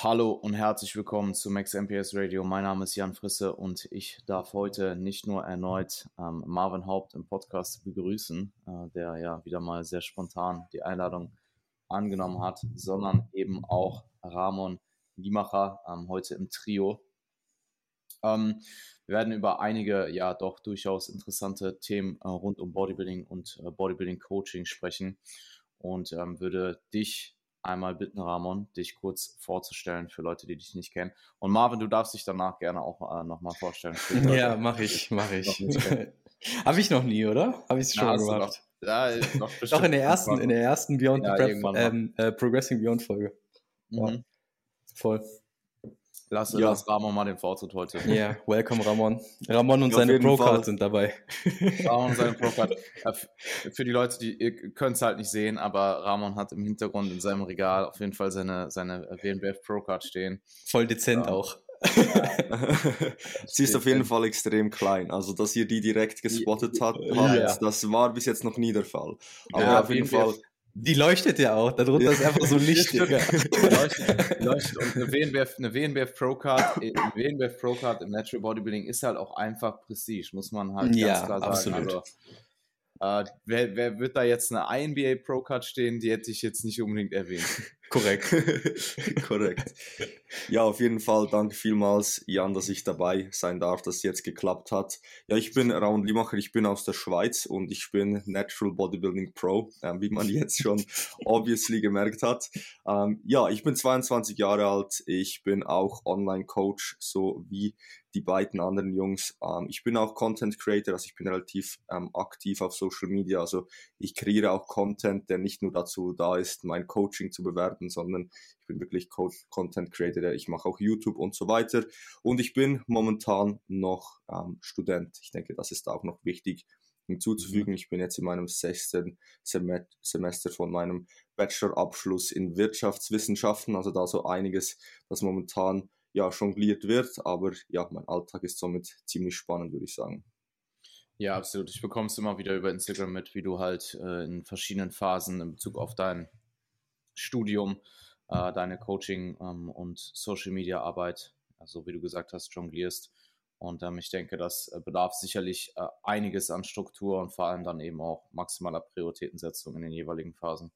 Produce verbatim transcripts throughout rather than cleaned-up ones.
Hallo und herzlich willkommen zu Max M P S Radio. Mein Name ist Jan Frisse und ich darf heute nicht nur erneut ähm, Marvin Haupt im Podcast begrüßen, äh, der ja wieder mal sehr spontan die Einladung angenommen hat, sondern eben auch Ramon Limacher, ähm, heute im Trio. Ähm, wir werden über einige, ja doch durchaus interessante Themen äh, rund um Bodybuilding und äh, Bodybuilding-Coaching sprechen und ähm, würde dich einmal bitten, Ramon, dich kurz vorzustellen für Leute, die dich nicht kennen. Und Marvin, du darfst dich danach gerne auch äh, nochmal vorstellen. Für die Leute, Ja, mache ich, mache die noch ich. nicht kennen. Habe ich noch nie, oder? Habe ich es schon Na, mal hast du gemacht? doch. Ja, doch Doch bestimmt in der ersten, irgendwann. in der ersten Beyond Ja, the Prep, irgendwann mal. ähm, äh, Progressing Beyond Folge. Ja, Mhm. voll. Lass, Ja. lass Ramon mal den Vortritt heute. Ja, yeah, welcome Ramon. Ramon und Ja, auf seine jeden Fall. Pro-Card sind dabei. Ramon und seine Pro-Card. Äh, f- Für die Leute, die ihr könnt es halt nicht sehen, aber Ramon hat im Hintergrund in seinem Regal auf jeden Fall seine, seine W N B F Pro-Card stehen. Voll dezent Ja. auch. Sie ist auf jeden Fall extrem klein. Also, dass ihr die direkt gespottet hat, Ja, habt, ja. das war bis jetzt noch nie der Fall. Aber Ja, auf jeden W N B F Fall. Die leuchtet ja auch, darunter ist einfach so Licht, Digga. leuchtet, leuchtet. Und eine W N B F, eine W N B F Pro-Card, eine W N B F Pro-Card im Natural Bodybuilding ist halt auch einfach Prestige, muss man halt Ja, ganz klar sagen. absolut. Also, äh, wer, wer wird da jetzt eine I N B A Pro-Card stehen, die hätte ich jetzt nicht unbedingt erwähnt. Korrekt. Korrekt. Ja, auf jeden Fall danke vielmals, Jan, dass ich dabei sein darf, dass es jetzt geklappt hat. Ja, ich bin Ramon Limacher, ich bin aus der Schweiz und ich bin Natural Bodybuilding Pro, äh, wie man jetzt schon obviously gemerkt hat. Ähm, ja, ich bin zweiundzwanzig Jahre alt, ich bin auch Online-Coach, so wie die beiden anderen Jungs. Ähm, ich bin auch Content Creator, also ich bin relativ ähm, aktiv auf Social Media, also ich kreiere auch Content, der nicht nur dazu da ist, mein Coaching zu bewerben, sondern ich bin wirklich Co- Content Creator, ich mache auch YouTube und so weiter und ich bin momentan noch ähm, Student. Ich denke, das ist auch noch wichtig hinzuzufügen. Mhm. Ich bin jetzt in meinem sechsten Sem- Semester von meinem Bachelorabschluss in Wirtschaftswissenschaften, also da so einiges, das momentan ja jongliert wird, aber ja, mein Alltag ist somit ziemlich spannend, würde ich sagen. Ja, absolut. Ich bekomme es immer wieder über Instagram mit, wie du halt äh, in verschiedenen Phasen in Bezug auf dein Studium, äh, deine Coaching ähm, und Social Media Arbeit, also wie du gesagt hast, jonglierst. Und ähm, ich denke, das äh, bedarf sicherlich äh, einiges an Struktur und vor allem dann eben auch maximaler Prioritätensetzung in den jeweiligen Phasen.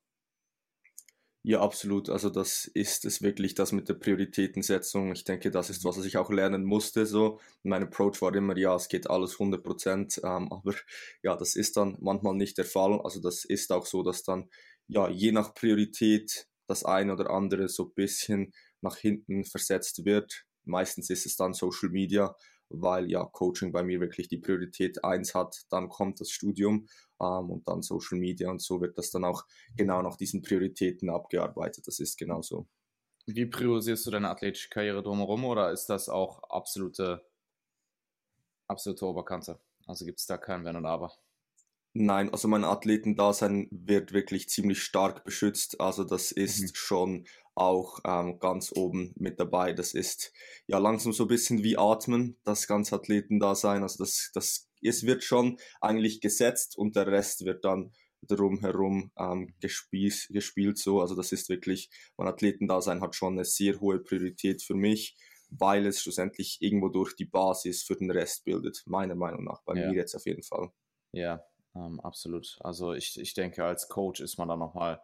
Ja, absolut. Also das ist es wirklich, das mit der Prioritätensetzung. Ich denke, das ist, was ich auch lernen musste. So, mein Approach war immer, ja, es geht alles hundert Prozent, ähm, aber ja, das ist dann manchmal nicht der Fall. Also das ist auch so, dass dann ja je nach Priorität das eine oder andere so ein bisschen nach hinten versetzt wird. Meistens ist es dann Social Media, weil ja Coaching bei mir wirklich die Priorität eins hat. Dann kommt das Studium ähm, und dann Social Media und so wird das dann auch genau nach diesen Prioritäten abgearbeitet. Das ist genau so. Wie priorisierst du deine athletische Karriere drumherum oder ist das auch absolute, absolute Oberkante? Also gibt es da kein Wenn und Aber? Nein, also mein Athletendasein wird wirklich ziemlich stark beschützt. Also das ist Mhm. schon auch ähm, ganz oben mit dabei. Das ist ja langsam so ein bisschen wie Atmen, das ganze Athletendasein. Also das, das, es wird schon eigentlich gesetzt und der Rest wird dann drumherum ähm, gespielt, gespielt so. Also das ist wirklich, mein Athletendasein hat schon eine sehr hohe Priorität für mich, weil es schlussendlich irgendwo durch die Basis für den Rest bildet, meiner Meinung nach. Bei Ja. mir jetzt auf jeden Fall. Ja, ähm, absolut. Also ich, ich denke, als Coach ist man da nochmal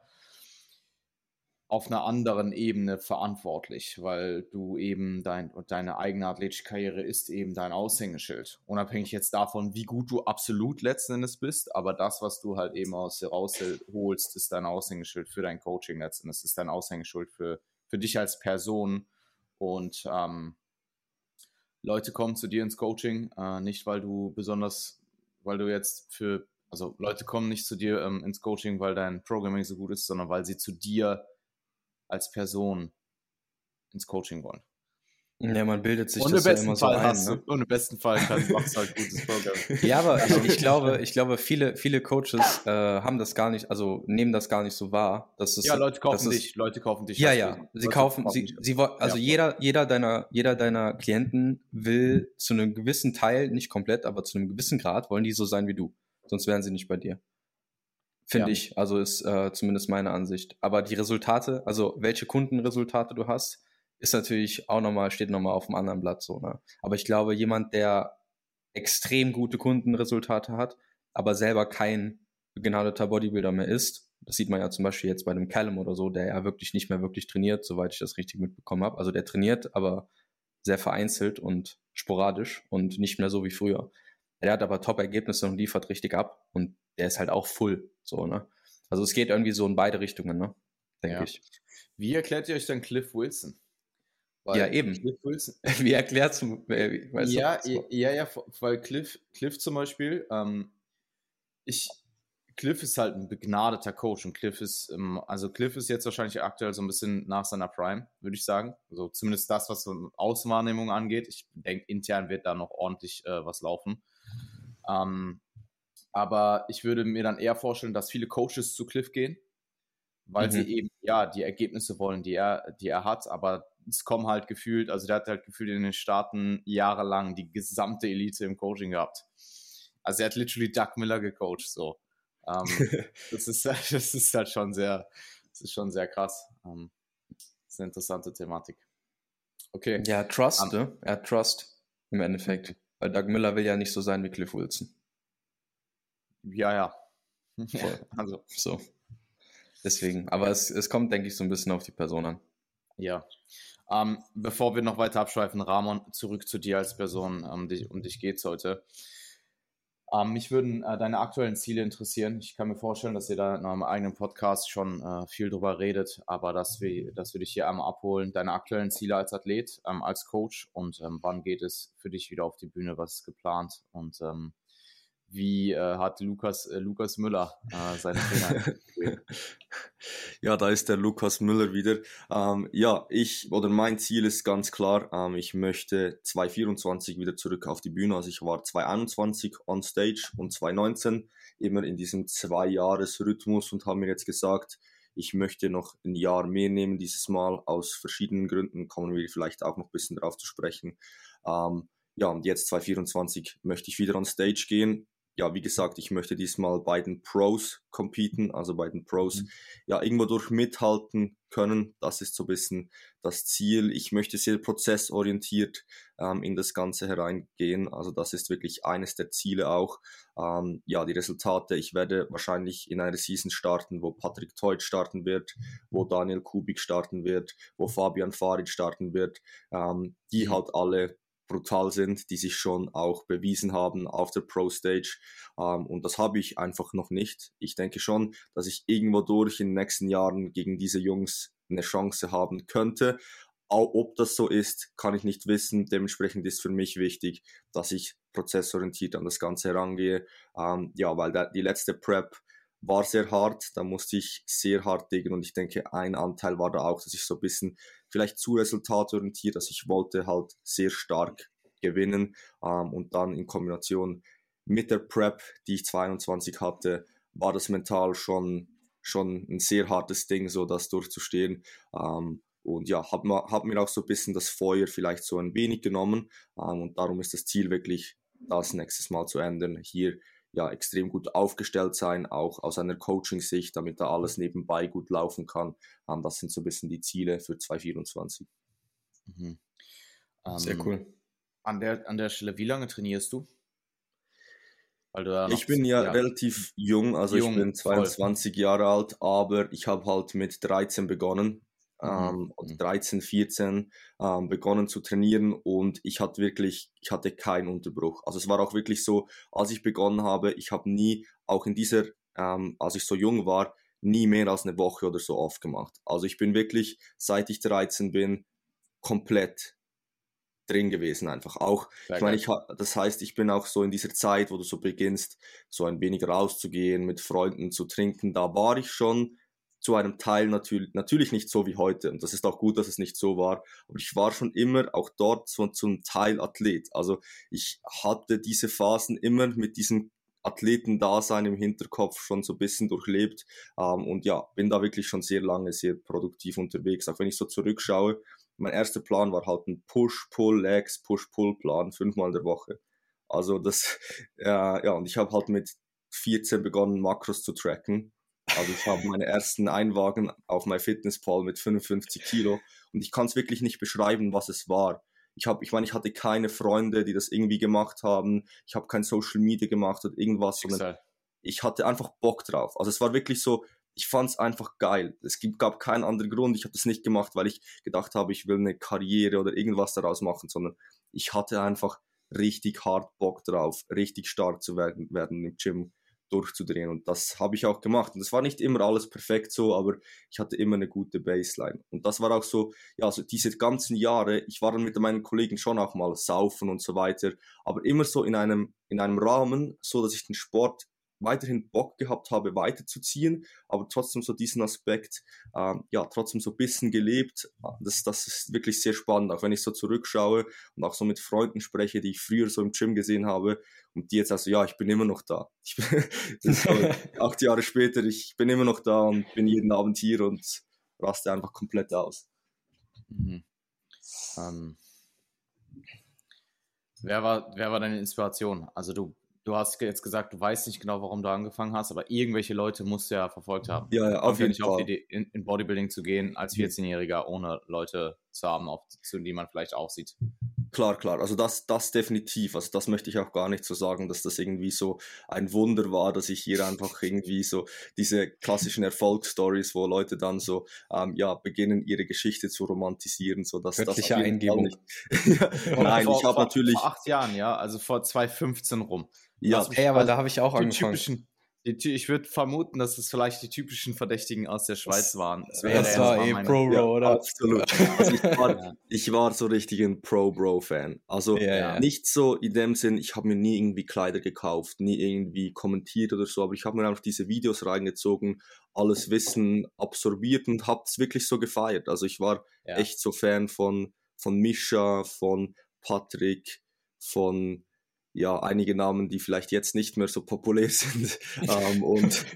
auf einer anderen Ebene verantwortlich, weil du eben dein, deine eigene athletische Karriere ist eben dein Aushängeschild. Unabhängig jetzt davon, wie gut du absolut letzten Endes bist, aber das, was du halt eben aus dir rausholst, ist dein Aushängeschild für dein Coaching letzten Endes, ist dein Aushängeschild für, für dich als Person und ähm, Leute kommen zu dir ins Coaching, äh, nicht weil du besonders, weil du jetzt für, also Leute kommen nicht zu dir ähm, ins Coaching, weil dein Programming so gut ist, sondern weil sie zu dir als Person ins Coaching wollen. Ja, man bildet sich Und das im ja besten immer so Fall ein, hast ne? du, und im besten Fall kannst, machst du halt gutes Programm. Ja, aber ich, ich glaube, ich glaube, viele, viele Coaches äh, haben das gar nicht, also nehmen das gar nicht so wahr. Dass es, Ja, Leute kaufen dass es, dich, Leute kaufen dich. Ja, als ja, Person. sie Leute kaufen, sie, dich. sie wollen, also Ja. jeder, jeder deiner, jeder deiner Klienten will zu einem gewissen Teil, nicht komplett, aber zu einem gewissen Grad, wollen die so sein wie du. Sonst wären sie nicht bei dir. Finde Ja. ich, also ist äh, zumindest meine Ansicht. Aber die Resultate, also welche Kundenresultate du hast, ist natürlich auch nochmal, steht nochmal auf dem anderen Blatt so, ne? Aber ich glaube, jemand, der extrem gute Kundenresultate hat, aber selber kein begnadeter Bodybuilder mehr ist, das sieht man ja zum Beispiel jetzt bei dem Callum oder so, der ja wirklich nicht mehr wirklich trainiert, soweit ich das richtig mitbekommen habe. Also der trainiert, aber sehr vereinzelt und sporadisch und nicht mehr so wie früher. Der hat aber Top-Ergebnisse und liefert richtig ab und der ist halt auch full, so, ne? Also es geht irgendwie so in beide Richtungen, ne? Denke Ja. ich. Wie erklärt ihr euch dann Cliff Wilson? Weil Ja, eben. Cliff Wilson, Wie erklärst du, äh, weißt ja, du? So. ja, ja, weil Cliff, Cliff zum Beispiel, ähm, ich, Cliff ist halt ein begnadeter Coach und Cliff ist, ähm, also Cliff ist jetzt wahrscheinlich aktuell so ein bisschen nach seiner Prime, würde ich sagen. Also zumindest das, was so Außenwahrnehmung angeht. Ich denke, intern wird da noch ordentlich äh, was laufen. Ähm, aber ich würde mir dann eher vorstellen, dass viele Coaches zu Cliff gehen, weil Mhm. sie eben, ja, die Ergebnisse wollen, die er, die er hat, aber es kommen halt gefühlt, also der hat halt gefühlt in den Staaten jahrelang die gesamte Elite im Coaching gehabt. Also er hat literally Doug Miller gecoacht, so. Ähm, das ist, das ist halt schon sehr, das ist schon sehr krass. Ähm, das ist eine interessante Thematik. Okay. Ja, Trust, Um, ne? Er hat Trust im Endeffekt. Mhm. Weil Doug Miller will ja nicht so sein wie Cliff Wilson. Ja, ja. Voll. Also, So. Deswegen. Aber es, es kommt, denke ich, so ein bisschen auf die Person an. ja. Ähm, bevor wir noch weiter abschweifen, Ramon, zurück zu dir als Person, um dich, um dich geht es heute. Ähm, mich würden äh, deine aktuellen Ziele interessieren. Ich kann mir vorstellen, dass ihr da in eurem eigenen Podcast schon äh, viel drüber redet, aber dass wir, dass wir dich hier einmal abholen. Deine aktuellen Ziele als Athlet, ähm, als Coach und ähm, wann geht es für dich wieder auf die Bühne, was ist geplant und ähm, wie äh, hat Lukas, äh, Lukas Müller äh, seine Trainer gesehen? Ja, da ist der Lukas Müller wieder. Ähm, ja, ich oder mein Ziel ist ganz klar, ähm, ich möchte zwanzig vierundzwanzig wieder zurück auf die Bühne. Also ich war zwanzig einundzwanzig on stage und zwanzig neunzehn immer in diesem Zwei-Jahres-Rhythmus und habe mir jetzt gesagt, ich möchte noch ein Jahr mehr nehmen dieses Mal aus verschiedenen Gründen, kommen wir vielleicht auch noch ein bisschen drauf zu sprechen. Ähm, ja, und jetzt zwanzig vierundzwanzig möchte ich wieder on stage gehen. Ja, wie gesagt, ich möchte diesmal bei den Pros competen, also bei den Pros, mhm. ja, irgendwo durch mithalten können. Das ist so ein bisschen das Ziel. Ich möchte sehr prozessorientiert ähm, in das Ganze hereingehen. Also das ist wirklich eines der Ziele auch. Ähm, ja, die Resultate. Ich werde wahrscheinlich in einer Season starten, wo Patrick Teut starten wird, wo Daniel Kubik starten wird, wo Fabian Farid starten wird, ähm, die mhm. halt alle brutal sind, die sich schon auch bewiesen haben auf der Pro-Stage. Ähm, und das habe ich einfach noch nicht. Ich denke schon, dass ich irgendwo durch in den nächsten Jahren gegen diese Jungs eine Chance haben könnte. Auch ob das so ist, kann ich nicht wissen. Dementsprechend ist für mich wichtig, dass ich prozessorientiert an das Ganze herangehe. Ähm, ja, weil der, die letzte Prep war sehr hart, da musste ich sehr hart diggen und ich denke, ein Anteil war da auch, dass ich so ein bisschen vielleicht zu resultatorientiert, dass ich wollte halt sehr stark gewinnen ähm, und dann in Kombination mit der Prep, die ich zwanzig einundzwanzig hatte, war das mental schon, schon ein sehr hartes Ding, so das durchzustehen ähm, und ja, hat mir, hat mir auch so ein bisschen das Feuer vielleicht so ein wenig genommen ähm, und darum ist das Ziel wirklich, das nächstes Mal zu ändern, hier ja, extrem gut aufgestellt sein, auch aus einer Coaching-Sicht, damit da alles nebenbei gut laufen kann. Um, das sind so ein bisschen die Ziele für zwanzig vierundzwanzig. Mhm. Sehr Ähm, cool. An der, an der Stelle, wie lange trainierst du? Weil du ja noch ich bin ja, ja relativ jung, also jung, ich bin zweiundzwanzig voll. Jahre alt, aber ich habe halt mit dreizehn begonnen. Ähm, mhm. dreizehn, vierzehn ähm, begonnen zu trainieren und ich hatte wirklich, ich hatte keinen Unterbruch. Also es war auch wirklich so, als ich begonnen habe, ich habe nie, auch in dieser, ähm, als ich so jung war, nie mehr als eine Woche oder so aufgemacht. Also ich bin wirklich, seit ich dreizehn bin, komplett drin gewesen einfach. Auch, Sehr ich meine, ich, das heißt, ich bin auch so in dieser Zeit, wo du so beginnst, so ein wenig rauszugehen, mit Freunden zu trinken, da war ich schon zu einem Teil natürlich, natürlich nicht so wie heute. Und das ist auch gut, dass es nicht so war. Aber ich war schon immer auch dort so zum Teil Athlet. Also ich hatte diese Phasen immer mit diesem Athletendasein im Hinterkopf schon so ein bisschen durchlebt. Ähm, und ja, bin da wirklich schon sehr lange, sehr produktiv unterwegs. Auch wenn ich so zurückschaue, mein erster Plan war halt ein Push-Pull-Legs, Push-Pull-Plan, fünfmal in der Woche. Also das, äh, ja, und ich habe halt mit vierzehn begonnen, Makros zu tracken. Also ich habe meine ersten Einwagen auf MyFitnessPal mit fünfundfünfzig Kilo und ich kann es wirklich nicht beschreiben, was es war. Ich habe, ich meine, ich hatte keine Freunde, die das irgendwie gemacht haben. Ich habe kein Social Media gemacht oder irgendwas, sondern ich hatte einfach Bock drauf. Also es war wirklich so, ich fand es einfach geil. Es gibt, gab keinen anderen Grund. Ich habe das nicht gemacht, weil ich gedacht habe, ich will eine Karriere oder irgendwas daraus machen, sondern ich hatte einfach richtig hart Bock drauf, richtig stark zu werden, werden im Gym durchzudrehen. Und das habe ich auch gemacht. Und es war nicht immer alles perfekt so, aber ich hatte immer eine gute Baseline. Und das war auch so, ja, so diese ganzen Jahre, ich war dann mit meinen Kollegen schon auch mal saufen und so weiter, aber immer so in einem, in einem Rahmen, so dass ich den Sport weiterhin Bock gehabt habe, weiterzuziehen, aber trotzdem so diesen Aspekt, ähm, ja, trotzdem so ein bisschen gelebt. Das, das ist wirklich sehr spannend, auch wenn ich so zurückschaue und auch so mit Freunden spreche, die ich früher so im Gym gesehen habe und die jetzt also, ja, ich bin immer noch da. Ich bin, das ist so, acht Jahre später, ich bin immer noch da und bin jeden Abend hier und raste einfach komplett aus. Mhm. Ähm, wer war, wer war deine Inspiration? Also du Du hast jetzt gesagt, du weißt nicht genau, warum du angefangen hast, aber irgendwelche Leute musst du ja verfolgt haben. Ja, ja, auf jeden nicht Fall. Auf die Idee, in, in Bodybuilding zu gehen als vierzehnjähriger, ohne Leute zu haben, auf, zu denen man vielleicht auch sieht. Klar, klar. Also das, das definitiv. Also das möchte ich auch gar nicht so sagen, dass das irgendwie so ein Wunder war, dass ich hier einfach irgendwie so diese klassischen Erfolgsstories, wo Leute dann so ähm, ja beginnen, ihre Geschichte zu romantisieren, so dass das Göttliche Eingebung. ja, nein, vor, ich habe natürlich vor acht Jahren, ja, also vor zwanzig fünfzehn rum. Ja, ey, aber da habe ich auch die angefangen. Typischen, die, ich würde vermuten, dass es vielleicht die typischen Verdächtigen aus der Schweiz das, waren. Das, wäre, das war, war eh meine, Pro-Bro, ja, oder? Absolut. Also ich, war, ich war so richtig ein Pro-Bro-Fan. Also ja, ja. nicht so in dem Sinn, ich habe mir nie irgendwie Kleider gekauft, nie irgendwie kommentiert oder so, aber ich habe mir einfach diese Videos reingezogen, alles Wissen absorbiert und habe es wirklich so gefeiert. Also ich war ja. echt so Fan von, von Mischa, von Patrick, von ja, einige Namen, die vielleicht jetzt nicht mehr so populär sind. ähm, und,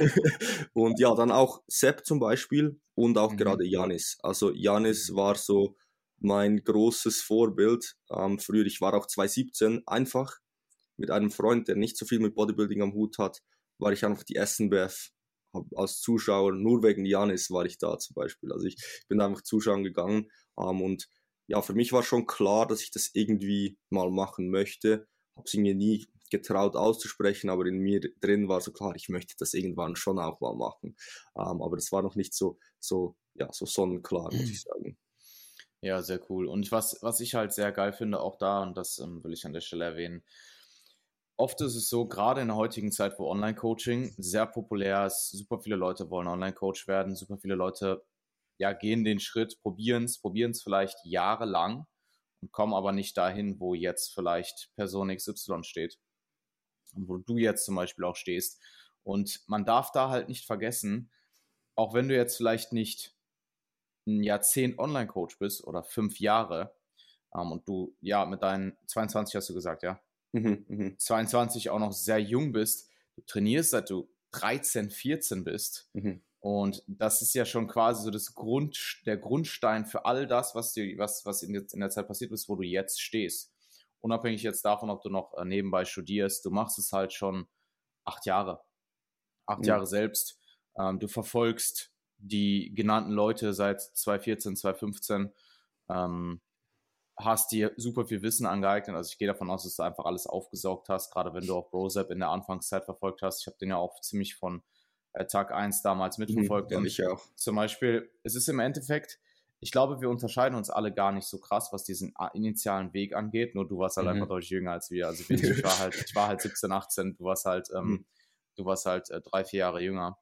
und ja, dann auch Sepp zum Beispiel und auch mhm. gerade Janis. Also Janis war so mein großes Vorbild. Ähm, früher, ich war auch zwanzig siebzehn einfach mit einem Freund, der nicht so viel mit Bodybuilding am Hut hat, war ich einfach die S N B F als Zuschauer. Nur wegen Janis war ich da zum Beispiel. Also ich, ich bin einfach zuschauen gegangen ähm, und ja, für mich war schon klar, dass ich das irgendwie mal machen möchte. Habe es mir nie getraut auszusprechen, aber in mir drin war so klar, ich möchte das irgendwann schon auch mal machen. Ähm, aber das war noch nicht so, so, ja, so sonnenklar, muss ich sagen. Ja, sehr cool. Und was, was ich halt sehr geil finde, auch da, und das ähm, will ich an der Stelle erwähnen, oft ist es so, gerade in der heutigen Zeit, wo Online-Coaching sehr populär ist, super viele Leute wollen Online-Coach werden, super viele Leute ja, gehen den Schritt, probieren es, probieren es vielleicht jahrelang, und kommen aber nicht dahin, wo jetzt vielleicht Person X Y steht. Und wo du jetzt zum Beispiel auch stehst. Und man darf da halt nicht vergessen, auch wenn du jetzt vielleicht nicht ein Jahrzehnt Online-Coach bist oder fünf Jahre ähm, und du, ja, mit deinen zweiundzwanzig hast du gesagt, ja? Mhm, mh. zweiundzwanzig auch noch sehr jung bist, du trainierst, seit du dreizehn, vierzehn bist. Mhm. Und das ist ja schon quasi so das Grund, der Grundstein für all das, was dir, was, was in, in der Zeit passiert ist, wo du jetzt stehst. Unabhängig jetzt davon, ob du noch nebenbei studierst, du machst es halt schon acht Jahre. Acht mhm. Jahre selbst. Ähm, du verfolgst die genannten Leute seit zwanzig vierzehn, zwanzig fünfzehn. Ähm, hast dir super viel Wissen angeeignet. Also ich gehe davon aus, dass du einfach alles aufgesaugt hast, gerade wenn du auch Brosep in der Anfangszeit verfolgt hast. Ich habe den ja auch ziemlich von Tag eins damals mitverfolgt. Mhm, und ich auch. Zum Beispiel, es ist im Endeffekt, ich glaube, wir unterscheiden uns alle gar nicht so krass, was diesen initialen Weg angeht. Nur du warst halt mhm. einfach deutlich jünger als wir. Also ich war halt, ich war halt siebzehn, achtzehn, du warst halt, ähm, mhm. du warst halt äh, drei, vier Jahre jünger.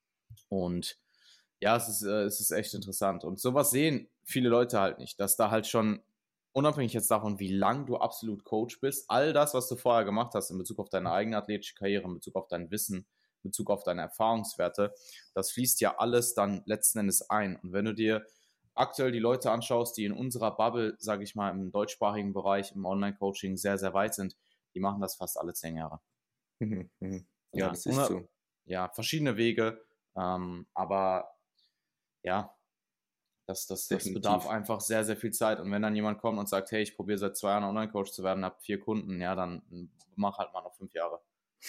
Und ja, es ist, äh, es ist echt interessant. Und sowas sehen viele Leute halt nicht, dass da halt schon, unabhängig jetzt davon, wie lang du absolut Coach bist, all das, was du vorher gemacht hast in Bezug auf deine eigene athletische Karriere, in Bezug auf dein Wissen, in Bezug auf deine Erfahrungswerte, das fließt ja alles dann letzten Endes ein. Und wenn du dir aktuell die Leute anschaust, die in unserer Bubble, sage ich mal, im deutschsprachigen Bereich, im Online-Coaching sehr, sehr weit sind, die machen das fast alle zehn Jahre. Mhm, mh. Ja, ja, das ist so. Ja, verschiedene Wege, ähm, aber ja, das, das, das bedarf einfach sehr, sehr viel Zeit. Und wenn dann jemand kommt und sagt, hey, ich probiere seit zwei Jahren Online-Coach zu werden, habe vier Kunden, ja, dann mach halt mal noch fünf Jahre.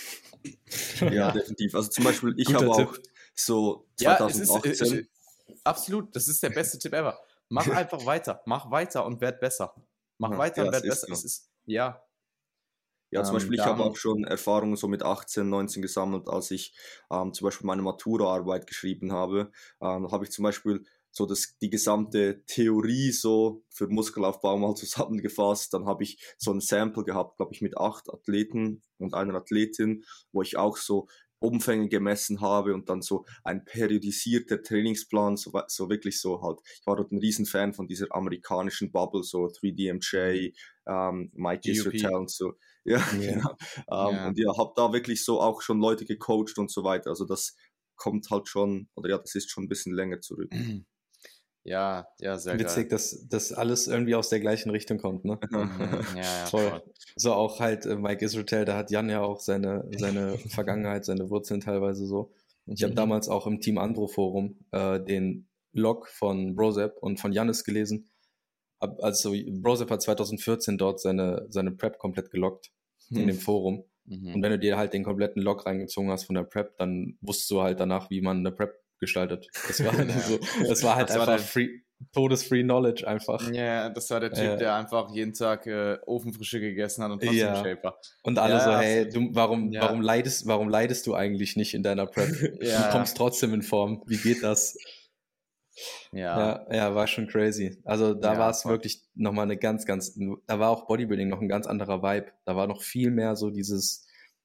Ja, ja, definitiv. Also zum Beispiel, ich habe auch so zwanzig achtzehn. Ja, es ist, es ist, absolut, das ist der beste Tipp ever. Mach einfach weiter. Mach weiter und werd besser. Mach weiter Ja, und werd es ist besser. so. Es ist, ja. Ja, zum Ähm, Beispiel, ich da habe auch mu- schon Erfahrungen so mit achtzehn, neunzehn gesammelt, als ich ähm, zum Beispiel meine Maturaarbeit geschrieben habe. Ähm, da habe ich zum Beispiel so das, die gesamte Theorie so für Muskelaufbau mal zusammengefasst. Dann habe ich so ein Sample gehabt, glaube ich, mit acht Athleten und einer Athletin, wo ich auch so Umfänge gemessen habe und dann so ein periodisierter Trainingsplan, so, so wirklich so halt. Ich war dort ein Riesenfan von dieser amerikanischen Bubble, so drei D M J, ähm, Mike G U P. Israel und so. Ja, Ja. genau. Ähm, Ja. und ja, habe da wirklich so auch schon Leute gecoacht und so weiter. Also das kommt halt schon, oder ja, das ist schon ein bisschen länger zurück. Ja, ja, sehr Witzig, geil. dass das alles irgendwie aus der gleichen Richtung kommt, ne? Mhm, ja, ja, Voll. voll. So auch halt äh, Mike Israel, da hat Jan ja auch seine, seine Vergangenheit, seine Wurzeln teilweise so. Ich habe Mhm. damals auch im Team Andro Forum äh, den Log von Brosep und von Jannis gelesen. Ab, also Brosep hat zwanzig vierzehn dort seine, seine Prep komplett geloggt in dem Forum. Mhm. Und wenn du dir halt den kompletten Log reingezogen hast von der Prep, dann wusstest du halt danach, wie man eine Prep gestaltet. Das war halt Ja. so, das war halt Das war einfach der- free, todesfree Knowledge einfach. Ja, das war der Typ, Äh, der einfach jeden Tag äh, Ofenfrische gegessen hat und trotzdem Ja. Shape war. Und alle Ja, so, ja, hey, absolut. du, warum, Ja. warum leidest, warum leidest du eigentlich nicht in deiner Prep? Ja, Du kommst trotzdem in Form. Wie geht das? ja. Ja, ja, war schon crazy. Also da Ja, war es voll. wirklich nochmal eine ganz, ganz, da war auch Bodybuilding noch ein ganz anderer Vibe. Da war noch viel mehr so dieses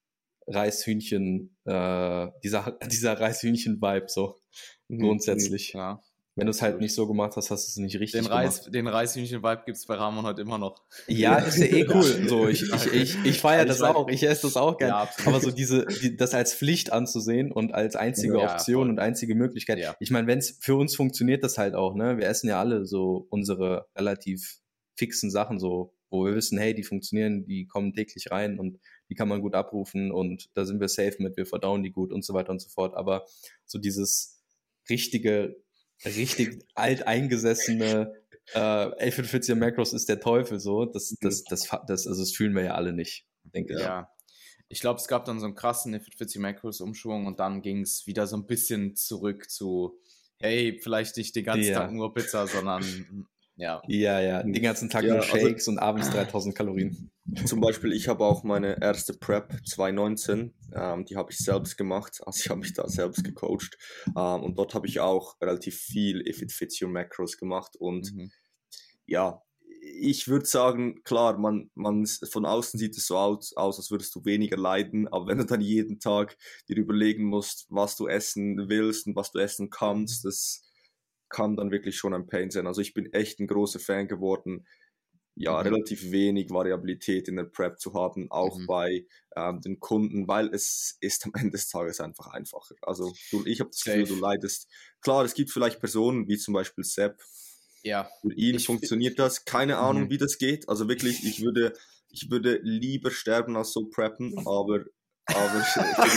Reishühnchen, äh, dieser, dieser Reishühnchen-Vibe so grundsätzlich. Ja. Wenn du es halt absolut. nicht so gemacht hast, hast du es nicht richtig Den, Reis, gemacht. den Reishühnchen-Vibe gibt es bei Ramon heute immer noch. Ja, Ja. ist ja eh Ja. cool. So, ich, ich, ich, ich feiere Ich das mein- auch, ich esse das auch gern. Ja, absolut. Aber so diese, die, das als Pflicht anzusehen und als einzige Ja, Option voll. und einzige Möglichkeit. Ja. Ich meine, wenn es für uns funktioniert, das halt auch, ne? Wir essen ja alle so unsere relativ fixen Sachen so, wo wir wissen, hey, die funktionieren, die kommen täglich rein und die kann man gut abrufen und da sind wir safe mit, wir verdauen die gut und so weiter und so fort. Aber so dieses richtige, richtig alteingesessene äh, elf vierzig Macros ist der Teufel so, das, das, das, das, also das fühlen wir ja alle nicht, denke ich. Ja. Ich glaube, es gab dann so einen krassen vierzig Macros Umschwung und dann ging es wieder so ein bisschen zurück zu, hey, vielleicht nicht den ganzen Ja. Tag nur Pizza, sondern ja. Ja, ja, den ganzen Tag Ja, nur also- Shakes und abends dreitausend Kalorien. Zum Beispiel, ich habe auch meine erste Prep zwanzig neunzehn, ähm, die habe ich selbst gemacht, also ich habe mich da selbst gecoacht ähm, und dort habe ich auch relativ viel If It Fits Your Macros gemacht und Mhm. ja, ich würde sagen, klar, man, man von außen sieht es so aus, aus, als würdest du weniger leiden, aber wenn du dann jeden Tag dir überlegen musst, was du essen willst und was du essen kannst, das kann dann wirklich schon ein Pain sein. Also ich bin echt ein großer Fan geworden, ja, Mhm. relativ wenig Variabilität in der Prep zu haben, auch Mhm. bei ähm, den Kunden, weil es ist am Ende des Tages einfach einfacher. Also du, ich habe das Gefühl, Safe. du leidest. Klar, es gibt vielleicht Personen, wie zum Beispiel Sepp, Ja. für ihn Ich- funktioniert das. Keine Ahnung, Mhm. wie das geht. Also wirklich, ich würde, ich würde lieber sterben als so preppen, aber, aber für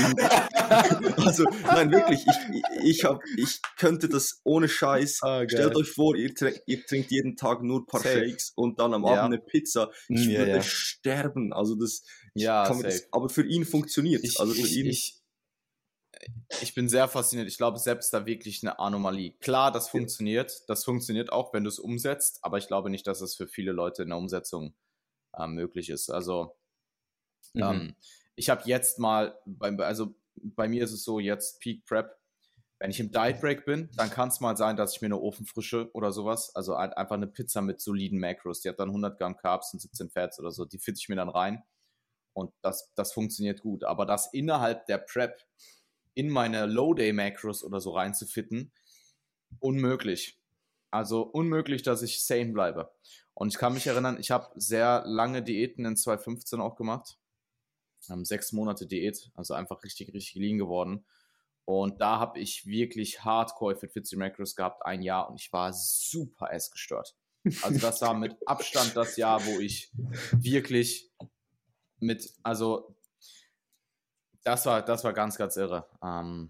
ihn, also nein, wirklich, ich, ich, hab, ich könnte das ohne Scheiß. Ah, geil. Stellt euch vor, ihr, trink, ihr trinkt jeden Tag nur ein paar Safe. Shakes und dann am Ja. Abend eine Pizza. Ich Ja, würde ja. sterben. Also das, ich Ja, kann mir das, safe. aber für ihn funktioniert Ich, Also für ich, ihn. ich, ich bin sehr fasziniert. Ich glaube, selbst da wirklich eine Anomalie. Klar, das funktioniert. Das funktioniert auch, wenn du es umsetzt, aber ich glaube nicht, dass es für viele Leute in der Umsetzung äh, möglich ist. Also Mhm. ähm, ich habe jetzt mal, bei, also bei mir ist es so, jetzt Peak Prep, wenn ich im Diet Break bin, dann kann es mal sein, dass ich mir eine Ofenfrische oder sowas, also halt einfach eine Pizza mit soliden Macros, die hat dann hundert Gramm Carbs und siebzehn Fats oder so, die fitte ich mir dann rein und das, das funktioniert gut. Aber das innerhalb der Prep in meine Low-Day-Macros oder so reinzufitten, unmöglich. Also unmöglich, dass ich sane bleibe. Und ich kann mich erinnern, ich habe sehr lange Diäten in zwanzig fünfzehn auch gemacht. Ähm, sechs Monate Diät, also einfach richtig, richtig lean geworden. Und da habe ich wirklich hardcore Fit vierzig Macros gehabt, ein Jahr, und ich war super essgestört. Also das war mit Abstand das Jahr, wo ich wirklich mit, also das war, das war ganz, ganz irre. Ähm,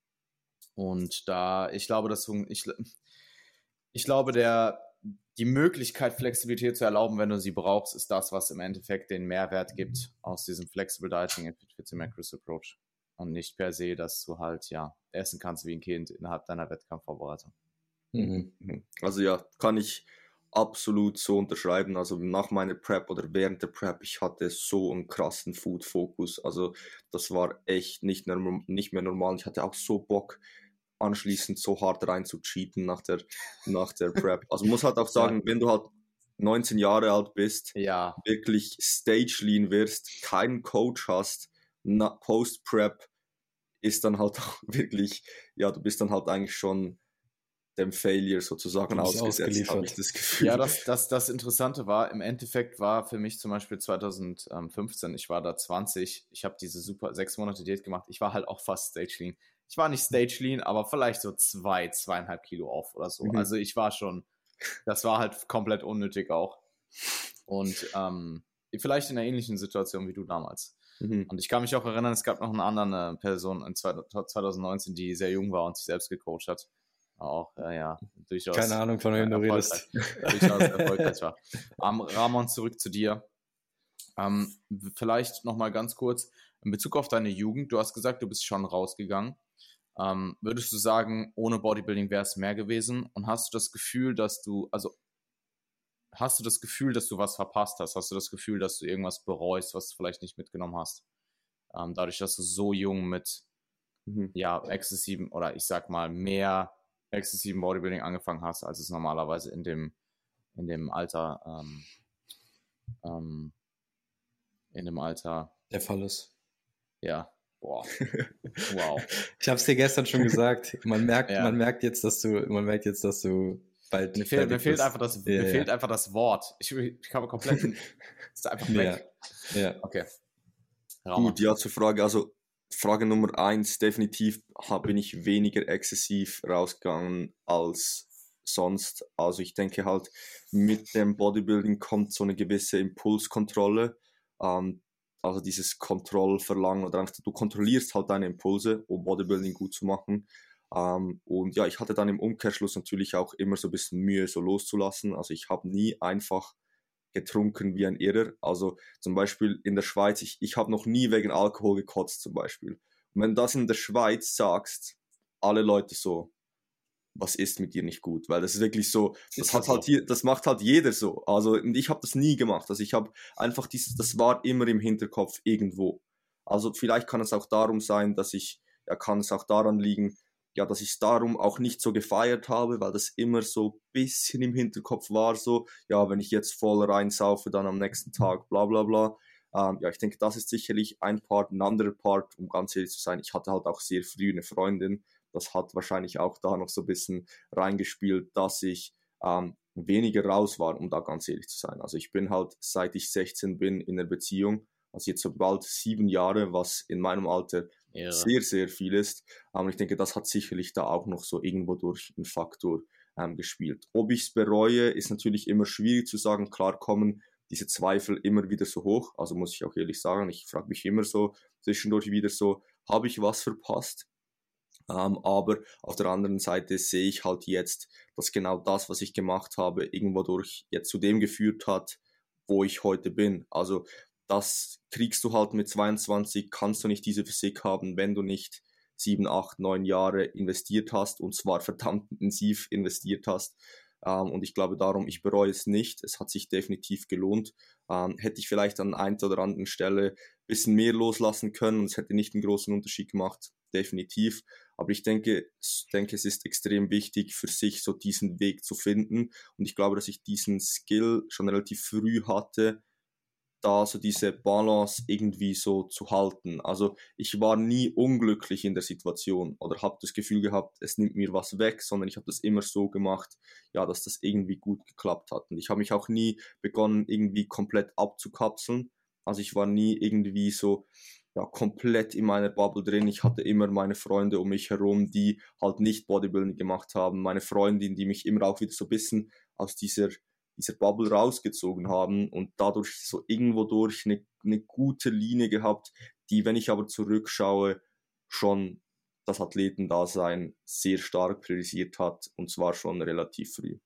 und da, ich glaube, das, ich, ich glaube, der, die Möglichkeit, Flexibilität zu erlauben, wenn du sie brauchst, ist das, was im Endeffekt den Mehrwert gibt aus diesem Flexible Dieting and Fit vierzig Macros Approach. Und nicht per se, dass du halt, ja, essen kannst wie ein Kind innerhalb deiner Wettkampfvorbereitung. Mhm. Also ja, kann ich absolut so unterschreiben. Also nach meiner Prep oder während der Prep, ich hatte so einen krassen Food-Fokus. Also das war echt nicht mehr, nicht mehr normal. Ich hatte auch so Bock, anschließend so hart rein zu cheaten nach der, nach der Prep. Also muss halt auch sagen, Ja. wenn du halt neunzehn Jahre alt bist, Ja, wirklich stage lean wirst, keinen Coach hast, na- Post-Prep ist dann halt auch wirklich, ja, du bist dann halt eigentlich schon dem Failure sozusagen Du bist ausgesetzt, habe ich ausgeliefert. das Gefühl. ja, das, das, das Interessante war, im Endeffekt war für mich zum Beispiel zwanzig fünfzehn, ich war da zwanzig, ich habe diese super sechs Monate Diät gemacht, ich war halt auch fast Stage Lean. Ich war nicht Stage Lean, aber vielleicht so zwei, zweieinhalb Kilo auf oder so. Mhm. Also ich war schon, das war halt komplett unnötig auch. Und ähm, vielleicht in einer ähnlichen Situation wie du damals. Mhm. Und ich kann mich auch erinnern, es gab noch eine andere Person in zwanzig neunzehn, die sehr jung war und sich selbst gecoacht hat. Auch, ja, ja, durchaus. Keine Ahnung, von wem du redest. Durchaus erfolgreich war. Ähm, Ramon, zurück zu dir. Ähm, vielleicht nochmal ganz kurz in Bezug auf deine Jugend. Du hast gesagt, du bist schon rausgegangen. Ähm, würdest du sagen, ohne Bodybuilding wäre es mehr gewesen? Und hast du das Gefühl, dass du, also hast du das Gefühl, dass du was verpasst hast? Hast du das Gefühl, dass du irgendwas bereust, was du vielleicht nicht mitgenommen hast? Ähm, dadurch, dass du so jung mit, Mhm. ja, exzessiven oder ich sag mal mehr exzessiven Bodybuilding angefangen hast, als es normalerweise in dem, in dem Alter, ähm, ähm, in dem Alter, Der Fall ist. ja, boah, wow. Ich habe es dir gestern schon gesagt. Man merkt, Ja. man merkt jetzt, dass du, man merkt jetzt, dass du bald. Mir fehlt, mir fertig fehlt bist. einfach das, Ja, mir ja. fehlt einfach das Wort. Ich, ich habe komplett, ist einfach weg. Ja, ja. Okay. Ramon. Gut, ja, zur Frage, also Frage Nummer eins, definitiv hab, bin ich weniger exzessiv rausgegangen als sonst. Also ich denke halt, mit dem Bodybuilding kommt so eine gewisse Impulskontrolle. Ähm, also dieses Kontrollverlangen oder einfach, du kontrollierst halt deine Impulse, um Bodybuilding gut zu machen. Ähm, und ja, ich hatte dann im Umkehrschluss natürlich auch immer so ein bisschen Mühe, so loszulassen. Also ich habe nie einfach getrunken wie ein Irrer. Also zum Beispiel in der Schweiz, ich, ich habe noch nie wegen Alkohol gekotzt zum Beispiel. Und wenn du das in der Schweiz sagst, alle Leute so, was ist mit dir nicht gut? Weil das ist wirklich so, das, Ist hat das halt so? hier, das macht halt jeder so. Also und ich habe das nie gemacht. Also ich habe einfach dieses, das war immer im Hinterkopf irgendwo. Also vielleicht kann es auch darum sein, dass ich, ja, kann es auch daran liegen, ja, dass ich es darum auch nicht so gefeiert habe, weil das immer so ein bisschen im Hinterkopf war, so, ja, wenn ich jetzt voll reinsaufe, dann am nächsten Tag, bla bla bla. Ähm, ja, ich denke, das ist sicherlich ein Part. Ein anderer Part, um ganz ehrlich zu sein, ich hatte halt auch sehr früh eine Freundin. Das hat wahrscheinlich auch da noch so ein bisschen reingespielt, dass ich ähm, weniger raus war, um da ganz ehrlich zu sein. Also ich bin halt, seit ich sechzehn bin, in einer Beziehung, also jetzt so bald sieben Jahre, was in meinem Alter Ehre. sehr, sehr viel ist. Aber ich denke, das hat sicherlich da auch noch so irgendwo durch einen Faktor ähm, gespielt. Ob ich es bereue, ist natürlich immer schwierig zu sagen. Klar kommen diese Zweifel immer wieder so hoch. Also muss ich auch ehrlich sagen, ich frage mich immer so zwischendurch wieder so, habe ich was verpasst? Ähm, aber auf der anderen Seite sehe ich halt jetzt, dass genau das, was ich gemacht habe, irgendwo durch jetzt zu dem geführt hat, wo ich heute bin. Also das kriegst du halt mit zweiundzwanzig, kannst du nicht diese Physik haben, wenn du nicht sieben, acht, neun Jahre investiert hast und zwar verdammt intensiv investiert hast. Ähm, und ich glaube darum, ich bereue es nicht. Es hat sich definitiv gelohnt. Ähm, hätte ich vielleicht an einer oder anderen Stelle ein bisschen mehr loslassen können und es hätte nicht einen großen Unterschied gemacht, definitiv. Aber ich denke, ich denke, es ist extrem wichtig für sich, so diesen Weg zu finden. Und ich glaube, dass ich diesen Skill schon relativ früh hatte, da so diese Balance irgendwie so zu halten. Also ich war nie unglücklich in der Situation oder habe das Gefühl gehabt, es nimmt mir was weg, sondern ich habe das immer so gemacht, ja, dass das irgendwie gut geklappt hat. Und ich habe mich auch nie begonnen, irgendwie komplett abzukapseln. Also ich war nie irgendwie so, ja, komplett in meiner Bubble drin. Ich hatte immer meine Freunde um mich herum, die halt nicht Bodybuilding gemacht haben. Meine Freundin, die mich immer auch wieder so ein bisschen aus dieser dieser Bubble rausgezogen haben und dadurch so irgendwo durch eine, eine gute Linie gehabt, die, wenn ich aber zurückschaue, schon das Athletendasein sehr stark priorisiert hat und zwar schon relativ früh.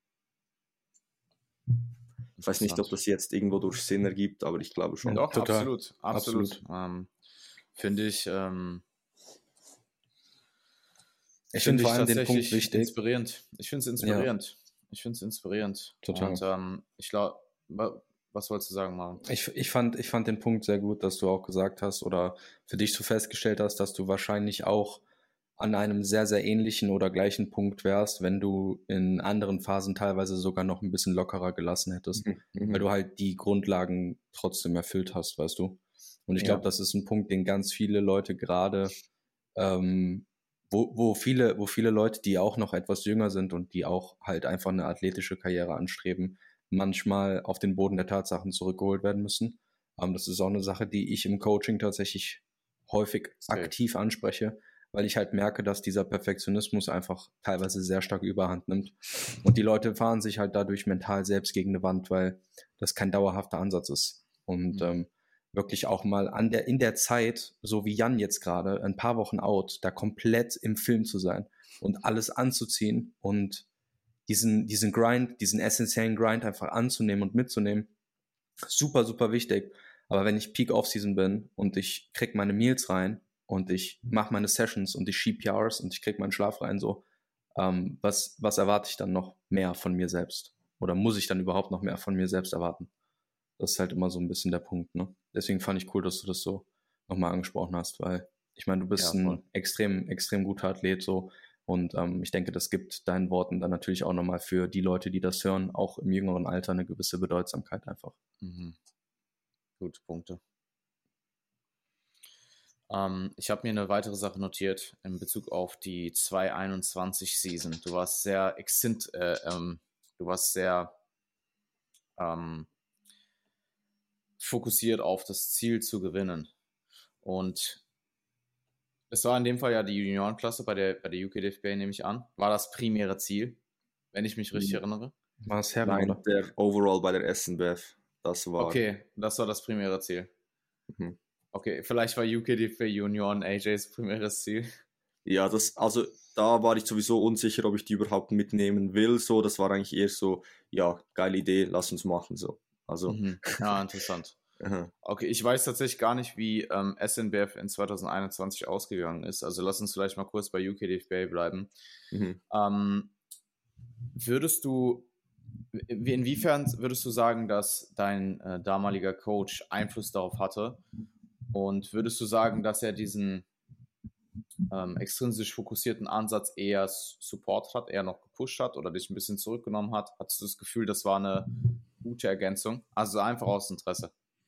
Ich weiß nicht, ob das jetzt irgendwo durch Sinn ergibt, aber ich glaube schon. Doch, Total. absolut, absolut. Absolut. Ähm, Finde ich, ähm, Ich finde Finde vor ich allem den Punkt tatsächlich wichtig. inspirierend. Ich finde es Ja, inspirierend. Ich finde es inspirierend. total. Und ähm, ich glaube, was wolltest du sagen, Maren? Ich, ich, fand, ich fand den Punkt sehr gut, dass du auch gesagt hast oder für dich so festgestellt hast, dass du wahrscheinlich auch an einem sehr, sehr ähnlichen oder gleichen Punkt wärst, wenn du in anderen Phasen teilweise sogar noch ein bisschen lockerer gelassen hättest, Mhm. weil Mhm. du halt die Grundlagen trotzdem erfüllt hast, weißt du. Und ich glaube, Ja. das ist ein Punkt, den ganz viele Leute gerade, ähm, wo, wo viele, wo viele Leute, die auch noch etwas jünger sind und die auch halt einfach eine athletische Karriere anstreben, manchmal auf den Boden der Tatsachen zurückgeholt werden müssen. Ähm, das ist auch eine Sache, die ich im Coaching tatsächlich häufig Safe. aktiv anspreche, weil ich halt merke, dass dieser Perfektionismus einfach teilweise sehr stark Überhand nimmt. Und die Leute fahren sich halt dadurch mental selbst gegen eine Wand, weil das kein dauerhafter Ansatz ist. Und Mhm. ähm, wirklich auch mal an der, in der Zeit, so wie Jan jetzt gerade, ein paar Wochen out, da komplett im Film zu sein und alles anzuziehen und diesen, diesen Grind, diesen essentiellen Grind einfach anzunehmen und mitzunehmen, super, super wichtig. Aber wenn ich Peak Off-Season bin und ich krieg meine Meals rein und ich mache meine Sessions und ich schieb P Rs und ich krieg meinen Schlaf rein, so, ähm, was, was erwarte ich dann noch mehr von mir selbst? Oder muss ich dann überhaupt noch mehr von mir selbst erwarten? Das ist halt immer so ein bisschen der Punkt, ne? Deswegen fand ich cool, dass du das so nochmal angesprochen hast, weil ich meine, du bist Ja, voll. ein extrem, extrem guter Athlet so und ähm, ich denke, das gibt deinen Worten dann natürlich auch nochmal für die Leute, die das hören, auch im jüngeren Alter eine gewisse Bedeutsamkeit einfach. Mhm. Gute Punkte. Ähm, ich habe mir eine weitere Sache notiert in Bezug auf die zwanzig einundzwanzig Season. Du warst sehr exzent, äh, ähm, du warst sehr ähm, fokussiert auf das Ziel zu gewinnen. Und es war in dem Fall ja die Juniorenklasse bei der, bei der U K D F B, nehme ich an. War das primäre Ziel, wenn ich mich richtig erinnere? War es Herren, Nein, oder? der Overall bei der S N B F, das war. Okay, das war das primäre Ziel. Mhm. Okay, vielleicht war U K D F B Junioren A Js primäres Ziel. Ja, das, also da war ich sowieso unsicher, ob ich die überhaupt mitnehmen will. So, das war eigentlich eher so, ja, geile Idee, lass uns machen. So. Also, Mhm. Ja, interessant. aha. Okay, ich weiß tatsächlich gar nicht, wie ähm, S N B F in zwanzig einundzwanzig ausgegangen ist. Also lass uns vielleicht mal kurz bei U K D F B bleiben. Mhm. Ähm, würdest du, inwiefern würdest du sagen, dass dein äh, damaliger Coach Einfluss darauf hatte? Und würdest du sagen, dass er diesen ähm, extrinsisch fokussierten Ansatz eher Support hat, eher noch gepusht hat oder dich ein bisschen zurückgenommen hat? Hattest du das Gefühl, das war eine gute Ergänzung? Also einfach aus Interesse.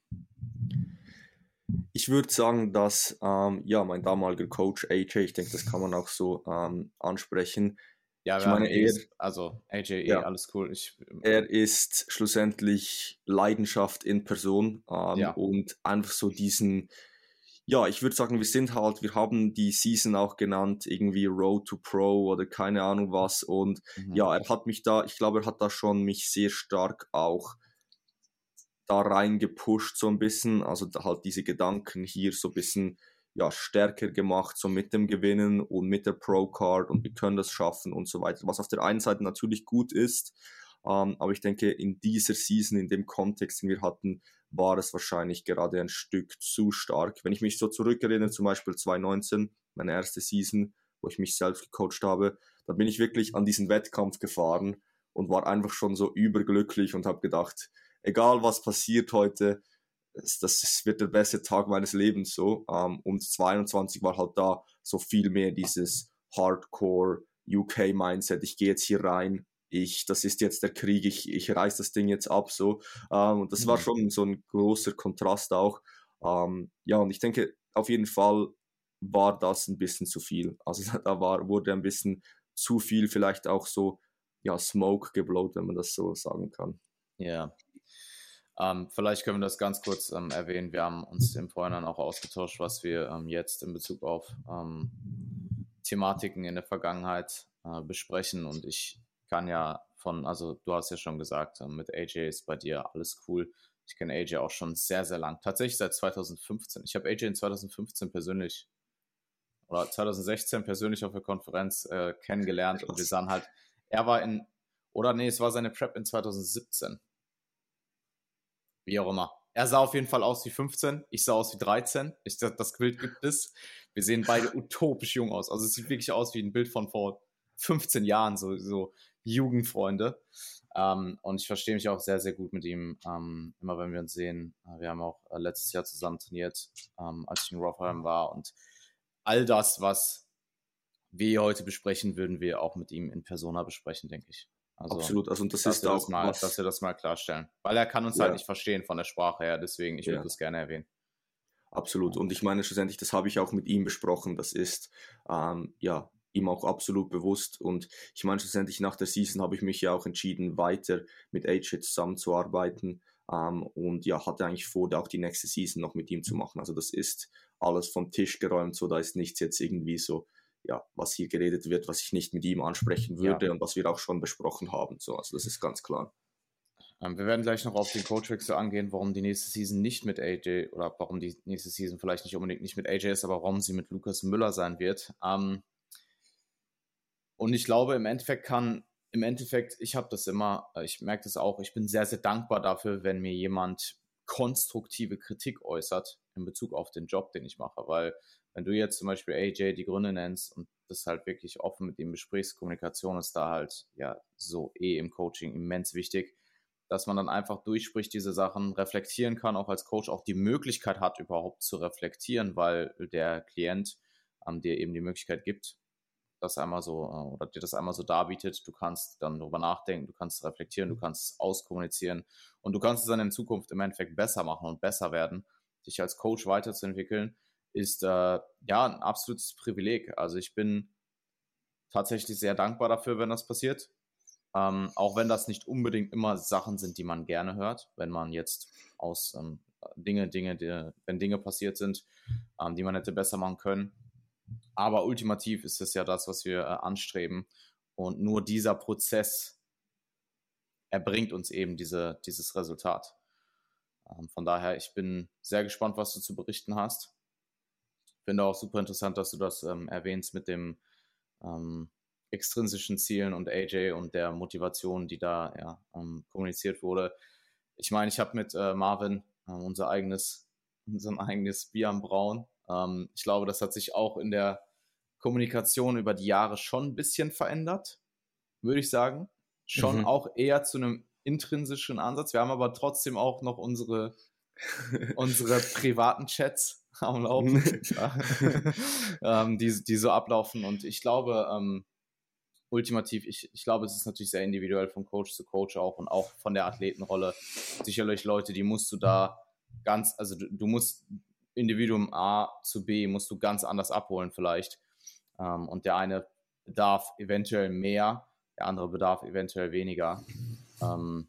Ich würde sagen, dass ähm, ja, mein damaliger Coach A J, ich denke, das kann man auch so ähm, ansprechen. Ja, Ich wir haben meine, eh, er, also A J eh, ja, alles cool. Ich, er ist schlussendlich Leidenschaft in Person ähm, ja, und einfach so diesen, ja, ich würde sagen, wir sind halt, wir haben die Season auch genannt, irgendwie Road to Pro oder keine Ahnung was. Und mhm. ja, er hat mich da, ich glaube, er hat da schon mich sehr stark auch da rein gepusht, so ein bisschen. Also da halt diese Gedanken hier so ein bisschen ja, stärker gemacht, so mit dem Gewinnen und mit der Pro-Card und wir können das schaffen und so weiter. Was auf der einen Seite natürlich gut ist, ähm, aber ich denke, in dieser Season, in dem Kontext, den wir hatten, war es wahrscheinlich gerade ein Stück zu stark. Wenn ich mich so zurückerinnere, zum Beispiel zwanzig neunzehn, meine erste Season, wo ich mich selbst gecoacht habe, da bin ich wirklich an diesen Wettkampf gefahren und war einfach schon so überglücklich und habe gedacht, egal was passiert heute, das, das wird der beste Tag meines Lebens so. Um, und zweiundzwanzig war halt da so viel mehr dieses Hardcore U K-Mindset. Ich gehe jetzt hier rein, ich, das ist jetzt der Krieg, ich, ich reiß das Ding jetzt ab so. Um, und das mhm. war schon so ein großer Kontrast auch. Um, ja, und ich denke, auf jeden Fall war das ein bisschen zu viel. Also da war, wurde ein bisschen zu viel, vielleicht auch so, ja, Smoke geblowt, wenn man das so sagen kann. Ja. Ähm, vielleicht können wir das ganz kurz ähm, erwähnen. Wir haben uns im Vorhinein auch ausgetauscht, was wir ähm, jetzt in Bezug auf ähm, Thematiken in der Vergangenheit äh, besprechen. Und ich kann ja von, also du hast ja schon gesagt, äh, mit A J ist bei dir alles cool. Ich kenne A J auch schon sehr, sehr lang. Tatsächlich seit zwanzig fünfzehn. Ich habe A J in zwanzig fünfzehn persönlich oder zwanzig sechzehn persönlich auf der Konferenz äh, kennengelernt. Und wir sahen halt, er war in, oder nee, es war seine Prep in zwanzig siebzehn. Wie auch immer. er sah auf jeden Fall aus wie fünfzehn, ich sah aus wie dreizehn. Ich, das Bild gibt es. Wir sehen beide utopisch jung aus. Also es sieht wirklich aus wie ein Bild von vor fünfzehn Jahren, so, so Jugendfreunde. Ähm, und ich verstehe mich auch sehr, sehr gut mit ihm, ähm, immer wenn wir uns sehen. Wir haben auch äh, letztes Jahr zusammen trainiert, ähm, als ich in Rotherham war. Und all das, was wir heute besprechen, würden wir auch mit ihm in Persona besprechen, denke ich. Also, absolut, also und das dass ist wir auch das mal, was, dass wir das mal klarstellen. Weil er kann uns ja, halt nicht verstehen von der Sprache her, deswegen, ich würde ja, das gerne erwähnen. absolut. Und ich meine schlussendlich, das habe ich auch mit ihm besprochen, das ist ähm, ja ihm auch absolut bewusst. Und ich meine schlussendlich nach der Season habe ich mich ja auch entschieden, weiter mit A J zusammenzuarbeiten, ähm, und ja, hatte eigentlich vor, auch die nächste Season noch mit ihm zu machen. Also das ist alles vom Tisch geräumt, so da ist nichts jetzt irgendwie so, ja, was hier geredet wird, was ich nicht mit ihm ansprechen würde, ja, und was wir auch schon besprochen haben. So, also das ist ganz klar. Ähm, wir werden gleich noch auf den Coachwechsel angehen, warum die nächste Season nicht mit A J oder warum die nächste Season vielleicht nicht unbedingt nicht mit A J ist, aber warum sie mit Lukas Müller sein wird. Ähm, und ich glaube, im Endeffekt kann, im Endeffekt, ich habe das immer, ich merke das auch, ich bin sehr, sehr dankbar dafür, wenn mir jemand konstruktive Kritik äußert in Bezug auf den Job, den ich mache, weil wenn du jetzt zum Beispiel A J die Gründe nennst und das halt wirklich offen mit ihm besprichst, Kommunikation ist da halt ja so eh im Coaching immens wichtig, dass man dann einfach durchspricht, diese Sachen reflektieren kann, auch als Coach auch die Möglichkeit hat, überhaupt zu reflektieren, weil der Klient ähm, dir eben die Möglichkeit gibt, das einmal so äh, oder dir das einmal so darbietet. Du kannst dann darüber nachdenken, du kannst reflektieren, du kannst es auskommunizieren und du kannst es dann in Zukunft im Endeffekt besser machen und besser werden. Dich als Coach weiterzuentwickeln, ist äh, ja ein absolutes Privileg. Also ich bin tatsächlich sehr dankbar dafür, wenn das passiert. Ähm, auch wenn das nicht unbedingt immer Sachen sind, die man gerne hört, wenn man jetzt aus ähm, Dinge, Dinge, die, wenn Dinge passiert sind, ähm, die man hätte besser machen können. Aber ultimativ ist es ja das, was wir äh, anstreben. Und nur dieser Prozess erbringt uns eben diese, dieses Resultat. Ähm, von daher, ich bin sehr gespannt, was du zu berichten hast. Finde auch super interessant, dass du das ähm, erwähnst mit dem ähm, extrinsischen Zielen und A J und der Motivation, die da ja, ähm, kommuniziert wurde. Ich meine, ich habe mit äh, Marvin äh, unser eigenes, unser eigenes Bier am Brauen. Ähm, ich glaube, das hat sich auch in der Kommunikation über die Jahre schon ein bisschen verändert, würde ich sagen. Schon mhm. auch eher zu einem intrinsischen Ansatz. Wir haben aber trotzdem auch noch unsere, unsere privaten Chats am Laufen, ähm, die, die so ablaufen. Und ich glaube, ähm, ultimativ, ich, ich glaube, es ist natürlich sehr individuell von Coach zu Coach auch und auch von der Athletenrolle. Sicherlich Leute, die musst du da ganz, also du, du musst Individuum A zu B, musst du ganz anders abholen vielleicht. Ähm, und der eine bedarf eventuell mehr, der andere bedarf eventuell weniger. Ähm,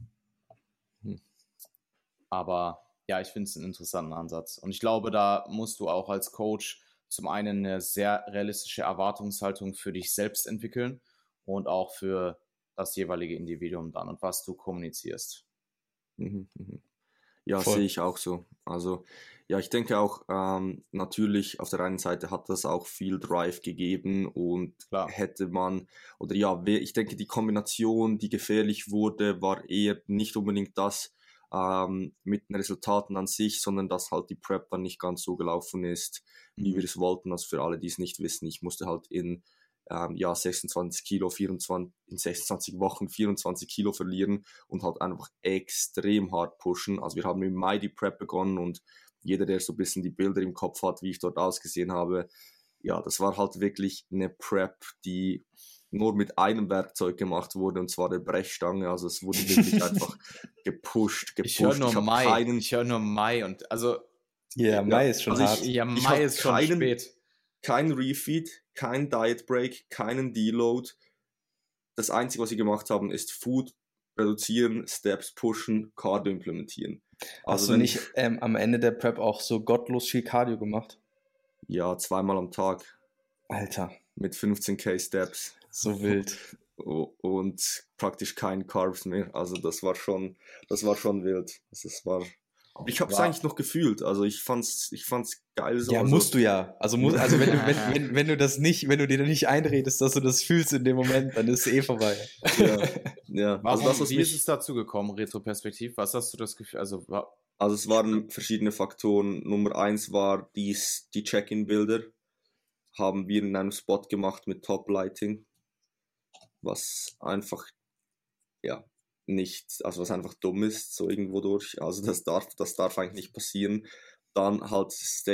aber ja, ich finde es einen interessanten Ansatz. Und ich glaube, da musst du auch als Coach zum einen eine sehr realistische Erwartungshaltung für dich selbst entwickeln und auch für das jeweilige Individuum dann und was du kommunizierst. Mhm, mhm. Ja, Voll. Sehe ich auch so. Also ja, ich denke auch, ähm, natürlich auf der einen Seite hat das auch viel Drive gegeben und Klar. hätte man, oder ja, ich denke die Kombination, die gefährlich wurde, war eher nicht unbedingt das ähm, mit den Resultaten an sich, sondern dass halt die Prep dann nicht ganz so gelaufen ist, wie mhm. wir es wollten. Also für alle, die es nicht wissen, ich musste halt in Ähm, ja, sechsundzwanzig Kilo, vierundzwanzig, in sechsundzwanzig Wochen vierundzwanzig Kilo verlieren und halt einfach extrem hart pushen. Also wir haben im Mai die Prep begonnen und jeder, der so ein bisschen die Bilder im Kopf hat, wie ich dort ausgesehen habe, ja, das war halt wirklich eine Prep, die nur mit einem Werkzeug gemacht wurde, und zwar der Brechstange. Also es wurde wirklich einfach gepusht, gepusht. Ich höre nur ich Mai, keinen, ich höre nur Mai und also yeah, ja, Mai ist schon also hart. Ich, ja, Mai ist schon keinen, spät. Kein Refeed, kein Diet Break, keinen Deload. Das Einzige, was sie gemacht haben, ist Food reduzieren, Steps pushen, Cardio implementieren. Also Hast du nicht ähm, am Ende der Prep auch so gottlos viel Cardio gemacht? Ja, zweimal am Tag. Alter. Mit fünfzehn K Steps. So wild. Und praktisch kein Carbs mehr. Also das war schon, das war schon wild. Also das war... Aber ich habe es eigentlich noch gefühlt, also ich fand's, ich fand's geil. So. Ja, also, musst du ja. Also, muss, also wenn, du, wenn, wenn, wenn du das nicht, wenn du dir nicht einredest, dass du das fühlst in dem Moment, dann ist es eh vorbei. Ja, ja. Warum, also das, was wie mich... ist es dazu gekommen, Retroperspektiv? Was hast du das Gefühl, also Also es waren verschiedene Faktoren. Nummer eins war dies, die Check-in-Bilder. Haben wir in einem Spot gemacht mit Top-Lighting, was einfach, ja, nicht, also was einfach dumm ist, so irgendwo durch. Also das darf, das darf eigentlich nicht passieren. Dann halt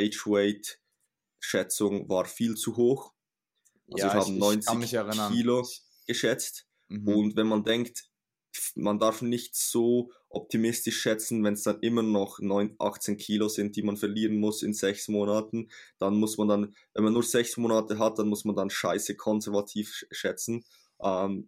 Stage-Weight-Schätzung war viel zu hoch. Also Ja, wir ich, haben ich kann neunzig mich erinnern. Kilo Ich, geschätzt. mhm. Und wenn man denkt, man darf nicht so optimistisch schätzen, wenn es dann immer noch neun, achtzehn Kilo sind, die man verlieren muss in sechs Monaten, dann muss man dann, wenn man nur sechs Monate hat, dann muss man dann scheiße konservativ schätzen ähm,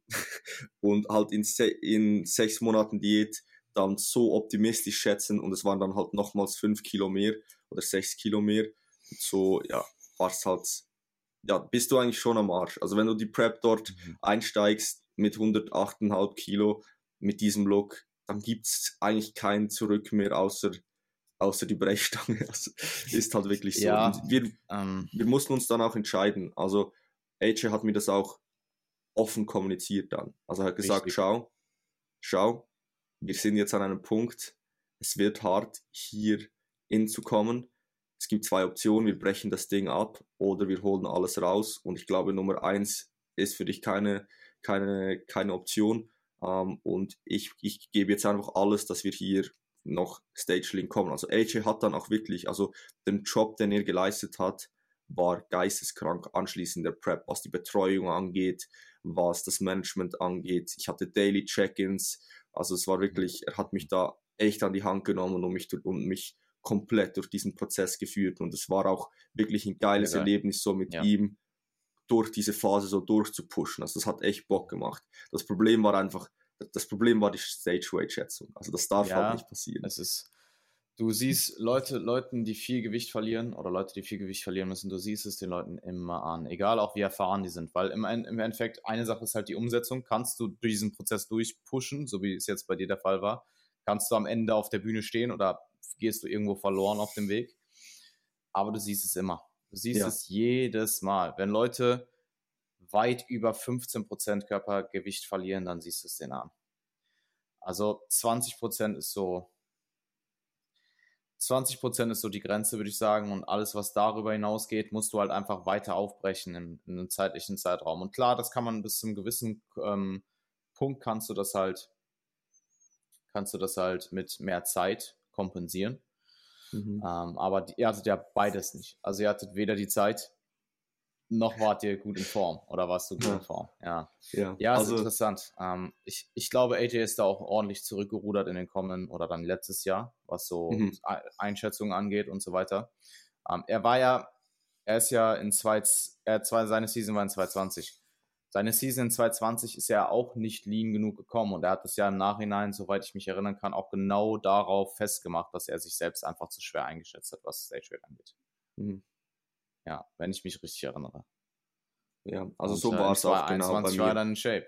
und halt in, se in sechs Monaten Diät dann so optimistisch schätzen und es waren dann halt nochmals fünf Kilo mehr oder sechs Kilo mehr. Und so, ja, war es halt, ja, bist du eigentlich schon am Arsch. Also wenn du die Prep dort Mhm. einsteigst mit hundertacht Komma fünf Kilo mit diesem Look, dann gibt es eigentlich kein Zurück mehr, außer, außer die Brechstange. Also, ist halt wirklich so. Ja, Und wir, ähm, wir mussten uns dann auch entscheiden. Also A J hat mir das auch offen kommuniziert dann. Also er hat gesagt, richtig. schau, schau, wir sind jetzt an einem Punkt, es wird hart, hier hinzukommen. Es gibt zwei Optionen, wir brechen das Ding ab oder wir holen alles raus. Und ich glaube, Nummer eins ist für dich keine, keine, keine Option. Um, und ich, ich gebe jetzt einfach alles, dass wir hier noch Stage-Link kommen. Also A J hat dann auch wirklich, also den Job, den er geleistet hat, war geisteskrank anschließend der Prep, was die Betreuung angeht, was das Management angeht. Ich hatte Daily Check-ins, also es war wirklich, er hat mich da echt an die Hand genommen und mich, und mich komplett durch diesen Prozess geführt. Und es war auch wirklich ein geiles Ja, geil. Erlebnis, so mit Ja. ihm durch diese Phase so durchzupushen. Also das hat echt Bock gemacht. Das Problem war einfach, das Problem war die Stage-Weight-Schätzung. Also das darf Ja, halt nicht passieren. es ist, du siehst Leute, Leuten, die viel Gewicht verlieren oder Leute, die viel Gewicht verlieren müssen, du siehst es den Leuten immer an, egal auch wie erfahren die sind, weil im, im Endeffekt eine Sache ist halt die Umsetzung. Kannst du durch diesen Prozess durchpushen, so wie es jetzt bei dir der Fall war, kannst du am Ende auf der Bühne stehen oder gehst du irgendwo verloren auf dem Weg, aber du siehst es immer. Du siehst Ja. es jedes Mal. Wenn Leute weit über fünfzehn Prozent Körpergewicht verlieren, dann siehst du es denen an. Also zwanzig Prozent ist so, zwanzig Prozent ist so die Grenze, würde ich sagen. Und alles, was darüber hinausgeht, musst du halt einfach weiter aufbrechen in, in einem zeitlichen Zeitraum. Und klar, das kann man bis zu einem gewissen ähm, Punkt kannst du das halt, kannst du das halt mit mehr Zeit kompensieren. Mhm. Ähm, aber die, ihr hattet ja beides nicht. Also ihr hattet weder die Zeit, noch wart ihr gut in Form. Oder warst du gut Ja. in Form? Ja. Ja, Ja, ist also interessant. Ähm, ich, ich glaube, A J ist da auch ordentlich zurückgerudert in den kommenden oder dann letztes Jahr, was so mhm. Einschätzungen angeht und so weiter. Ähm, er war ja, er ist ja in zwei, er zwei, seine Season war in zwanzig zwanzig. Seine Season in zwanzig zwanzig ist ja auch nicht lean genug gekommen und er hat es ja im Nachhinein, soweit ich mich erinnern kann, auch genau darauf festgemacht, dass er sich selbst einfach zu schwer eingeschätzt hat, was Stage Weight angeht. Mhm. Ja, wenn ich mich richtig erinnere. Ja, also Und, so äh, war in es auch genau bei zwanzig einundzwanzig war er mir. dann in Shape.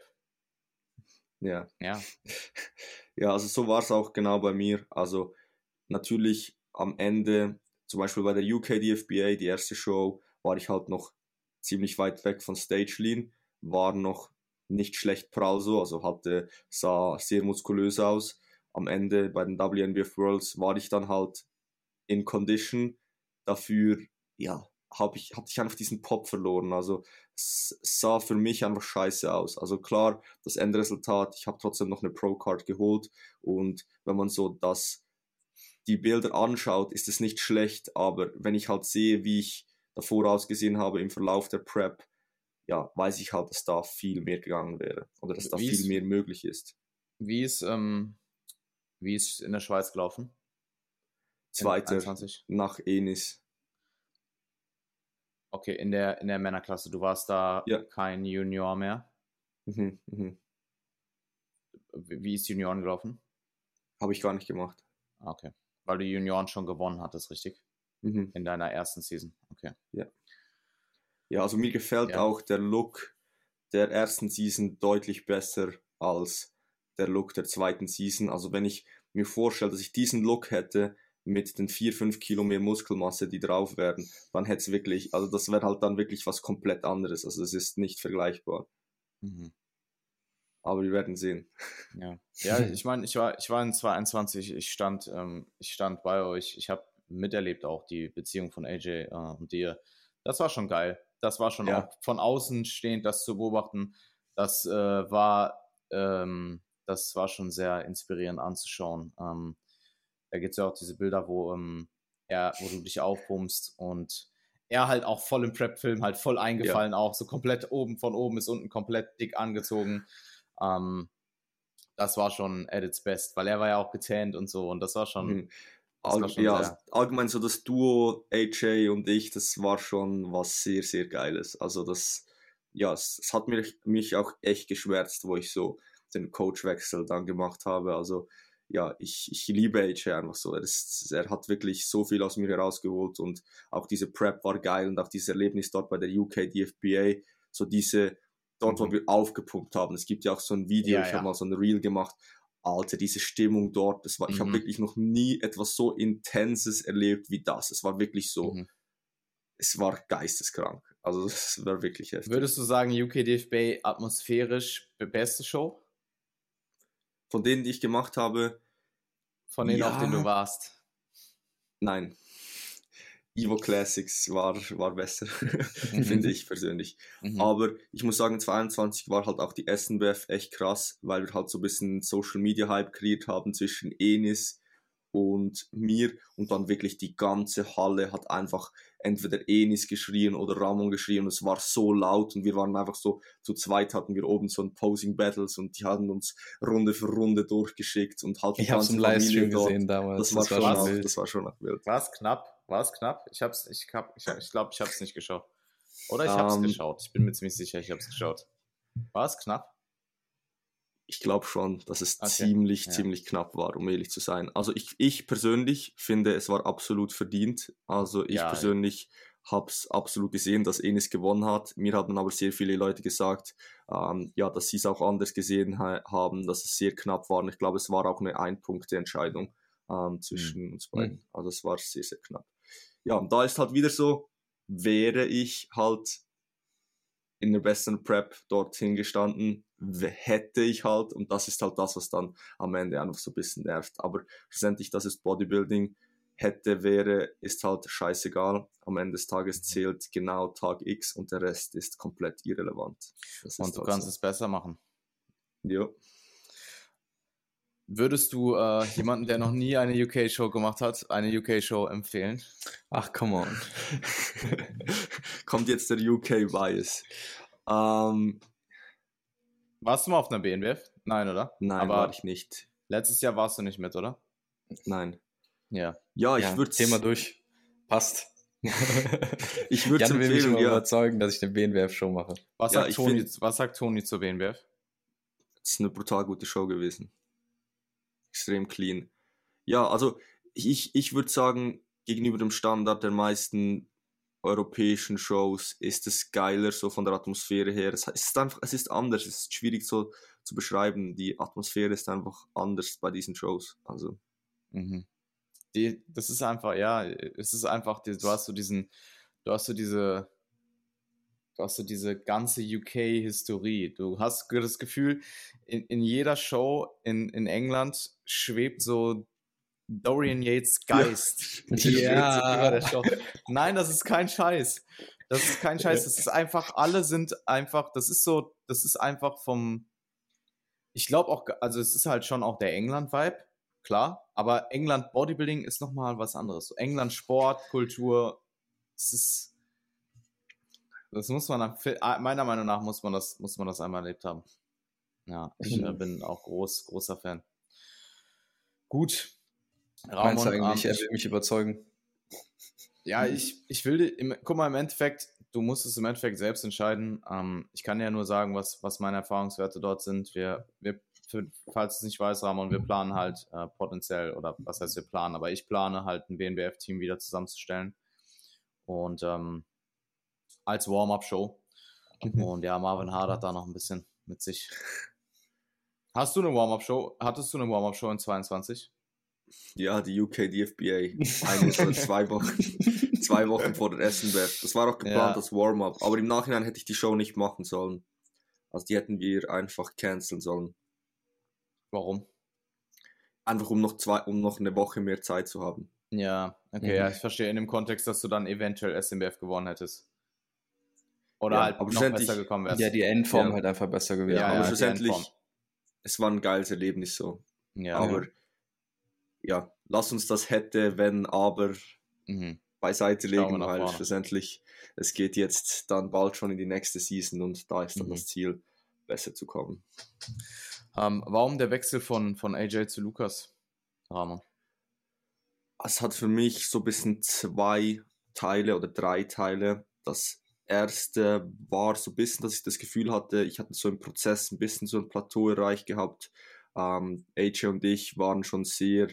Ja. Ja. Ja, also so war es auch genau bei mir. Also natürlich am Ende, zum Beispiel bei der U K D F B A, die erste Show, war ich halt noch ziemlich weit weg von Stage Lean, war noch nicht schlecht prall so, also hatte, sah sehr muskulös aus. Am Ende bei den W N B F Worlds war ich dann halt in Condition. Dafür, ja, habe ich, hatte ich einfach diesen Pop verloren. Also es sah für mich einfach scheiße aus. Also klar, das Endresultat, ich habe trotzdem noch eine Pro-Card geholt und wenn man so das, die Bilder anschaut, ist es nicht schlecht, aber wenn ich halt sehe, wie ich davor ausgesehen habe im Verlauf der Prep, ja, weiß ich halt, dass da viel mehr gegangen wäre oder dass da Wie viel ist, mehr möglich ist. wie ist, ähm, wie ist in der Schweiz gelaufen? In Zweiter einundzwanzig? nach Enis. Okay, in der, in der Männerklasse. Du warst da Ja. kein Junior mehr. Mhm, mhm. Wie wie ist Junioren gelaufen? Habe ich gar nicht gemacht. Ah, okay. Weil du Junioren schon gewonnen hattest, richtig? Mhm. In deiner ersten Season. Okay. Ja. Ja, also mir gefällt Ja. auch der Look der ersten Season deutlich besser als der Look der zweiten Season. Also wenn ich mir vorstelle, dass ich diesen Look hätte mit den vier, fünf Kilo mehr Muskelmasse, die drauf werden, dann hätte es wirklich, also das wäre halt dann wirklich was komplett anderes. Also es ist nicht vergleichbar. Mhm. aber wir werden sehen. Ja, ja ich meine, ich war, ich war in zwanzig einundzwanzig, ich stand, ähm, ich stand bei euch, ich habe miterlebt auch die Beziehung von A J äh, und dir. Das war schon geil. Das war schon Ja. auch von außen stehend, das zu beobachten. Das äh, war, ähm, das war schon sehr inspirierend anzuschauen. Ähm, da gibt es ja auch diese Bilder, wo, ähm, er, wo du dich aufpumpst und er halt auch voll im Prep-Film, halt voll eingefallen, ja. auch so komplett oben, von oben bis unten komplett dick angezogen. Ähm, das war schon at its best, weil er war ja auch getannt und so und das war schon, mhm. das All, war schon ja, sehr... allgemein so das Duo A J und ich, das war schon was sehr, sehr Geiles. Also das, ja, es, es hat mich, mich auch echt geschwärzt, wo ich so den Coachwechsel dann gemacht habe. Also ja, ich, ich liebe A J einfach so. Er, ist, er hat wirklich so viel aus mir herausgeholt und auch diese Prep war geil und auch dieses Erlebnis dort bei der U K D F B A, so diese, dort, mhm. wo wir aufgepumpt haben. Es gibt ja auch so ein Video, Ja, ich ja. habe mal so ein Reel gemacht. Alter, diese Stimmung dort, das war, mhm. ich habe wirklich noch nie etwas so Intenses erlebt wie das. Es war wirklich so, mhm. es war geisteskrank. Also es war wirklich heftig. Würdest du sagen, U K D F B A atmosphärisch die beste Show? Von denen, die ich gemacht habe? Von denen, ja. auf denen du warst? Nein. Evo Classics war, war besser, mhm. finde ich persönlich. Mhm. Aber ich muss sagen, zwanzig einundzwanzig war halt auch die S N B F echt krass, weil wir halt so ein bisschen Social Media Hype kreiert haben zwischen Enis und mir und dann wirklich die ganze Halle hat einfach entweder Enis geschrien oder Ramon geschrien und es war so laut und wir waren einfach so, zu zweit hatten wir oben so ein Posing Battles und die haben uns Runde für Runde durchgeschickt und halt die ich ganze Familie Livestream dort. gesehen damals. Das war, das war, schon, auch, das war schon auch wild. War es knapp? War es knapp? Ich hab's, ich hab, ich, ich glaube, ich hab's nicht geschaut. Oder ich hab's um, geschaut. Ich bin mir ziemlich sicher, ich hab's geschaut. War es knapp? Ich glaube schon, dass es okay. ziemlich, ja. ziemlich knapp war, um ehrlich zu sein. Also ich, ich persönlich finde, es war absolut verdient. Also ich ja, persönlich ja. habe es absolut gesehen, dass Enis gewonnen hat. Mir haben aber sehr viele Leute gesagt, ähm, ja, dass sie es auch anders gesehen ha- haben, dass es sehr knapp war. Und ich glaube, es war auch eine Ein-Punkte-Entscheidung ähm, zwischen mhm. uns beiden. Also es war sehr, sehr knapp. Ja, und da ist halt wieder so, wäre ich halt in der besten Prep dorthin gestanden, hätte ich halt, und das ist halt das, was dann am Ende einfach so ein bisschen nervt. Aber schlussendlich, das ist Bodybuilding, hätte, wäre, ist halt scheißegal. Am Ende des Tages zählt genau Tag X und der Rest ist komplett irrelevant. Das und ist du halt kannst so. es besser machen. Ja. Würdest du äh, jemanden, der noch nie eine U K-Show gemacht hat, eine U K-Show empfehlen? Ach, come on. Kommt jetzt der U K-Bias. Ähm, warst du mal auf einer B N B F? Nein, oder? Nein, aber war ich nicht. Letztes Jahr warst du nicht mit, oder? Nein. Ja. Ja, ich ja, würde... Thema durch. Passt. ich würde Jan will mich mal ja. überzeugen, dass ich eine B N B F-Show mache. Was, ja, sagt Toni, find, was sagt Toni zur B N B F? Es ist eine brutal gute Show gewesen. Extrem clean. Ja, also ich, ich würde sagen, gegenüber dem Standard der meisten europäischen Shows ist es geiler, so von der Atmosphäre her. Es ist einfach, es ist anders, es ist schwierig so zu beschreiben. Die Atmosphäre ist einfach anders bei diesen Shows. Also. Mhm. Die, das ist einfach, ja, es ist einfach, du hast so diesen, du hast so diese, du hast so diese ganze U K-Historie. Du hast das Gefühl, in, in jeder Show in, in England schwebt so Dorian Yates Geist. Ja. ja. Über der Show. Nein, das ist kein Scheiß. Das ist kein Scheiß. Das ist einfach, alle sind einfach, das ist so, das ist einfach vom, ich glaube auch, also es ist halt schon auch der England-Vibe, klar, aber England Bodybuilding ist nochmal was anderes. So England Sport, Kultur, es ist, das muss man, meiner Meinung nach muss man das, muss man das einmal erlebt haben. Ja, ich mhm. bin auch groß, großer Fan. Gut. Ramon, meinst du eigentlich, ähm, er will mich überzeugen? Ja, ich, ich will, im, guck mal, im Endeffekt, du musst es im Endeffekt selbst entscheiden. Ähm, ich kann ja nur sagen, was, was meine Erfahrungswerte dort sind. Wir, wir für, falls du es nicht weißt, Ramon, wir planen halt äh, potenziell, oder was heißt wir planen, aber ich plane halt ein B N B F-Team wieder zusammenzustellen. Und ähm, als Warm-Up-Show. Mhm. Und ja, Marvin hadert da noch ein bisschen mit sich. Hast du eine Warm-Up-Show? Hattest du eine Warm-Up-Show in zweiundzwanzig? Ja, die U K D F B A. Eine oder zwei Wochen. zwei Wochen vor der S N B F. Das war auch geplant ja. als Warm-Up. Aber im Nachhinein hätte ich die Show nicht machen sollen. Also die hätten wir einfach canceln sollen. Warum? Einfach um noch zwei, um noch eine Woche mehr Zeit zu haben. Ja, okay, Mhm. ja, ich verstehe in dem Kontext, dass du dann eventuell S M B F gewonnen hättest. Oder Ja, halt aber noch schlussendlich- besser gekommen wärst. Ja, die Endform Ja. halt einfach besser gewesen. Ja, aber ja, die schlussendlich, Endform. es war ein geiles Erlebnis so. Ja. Aber ja, lass uns das hätte, wenn, aber Mhm. beiseite Schauen wir legen, nach weil vorne. schlussendlich, es geht jetzt dann bald schon in die nächste Season und da ist dann Mhm. das Ziel, besser zu kommen. Ähm, warum der Wechsel von, von A J zu Lukas? Rahman. Es hat für mich so ein bisschen zwei Teile oder drei Teile. Das erste war so ein bisschen, dass ich das Gefühl hatte, ich hatte so im Prozess ein bisschen so ein Plateau erreicht gehabt. Ähm, A J und ich waren schon sehr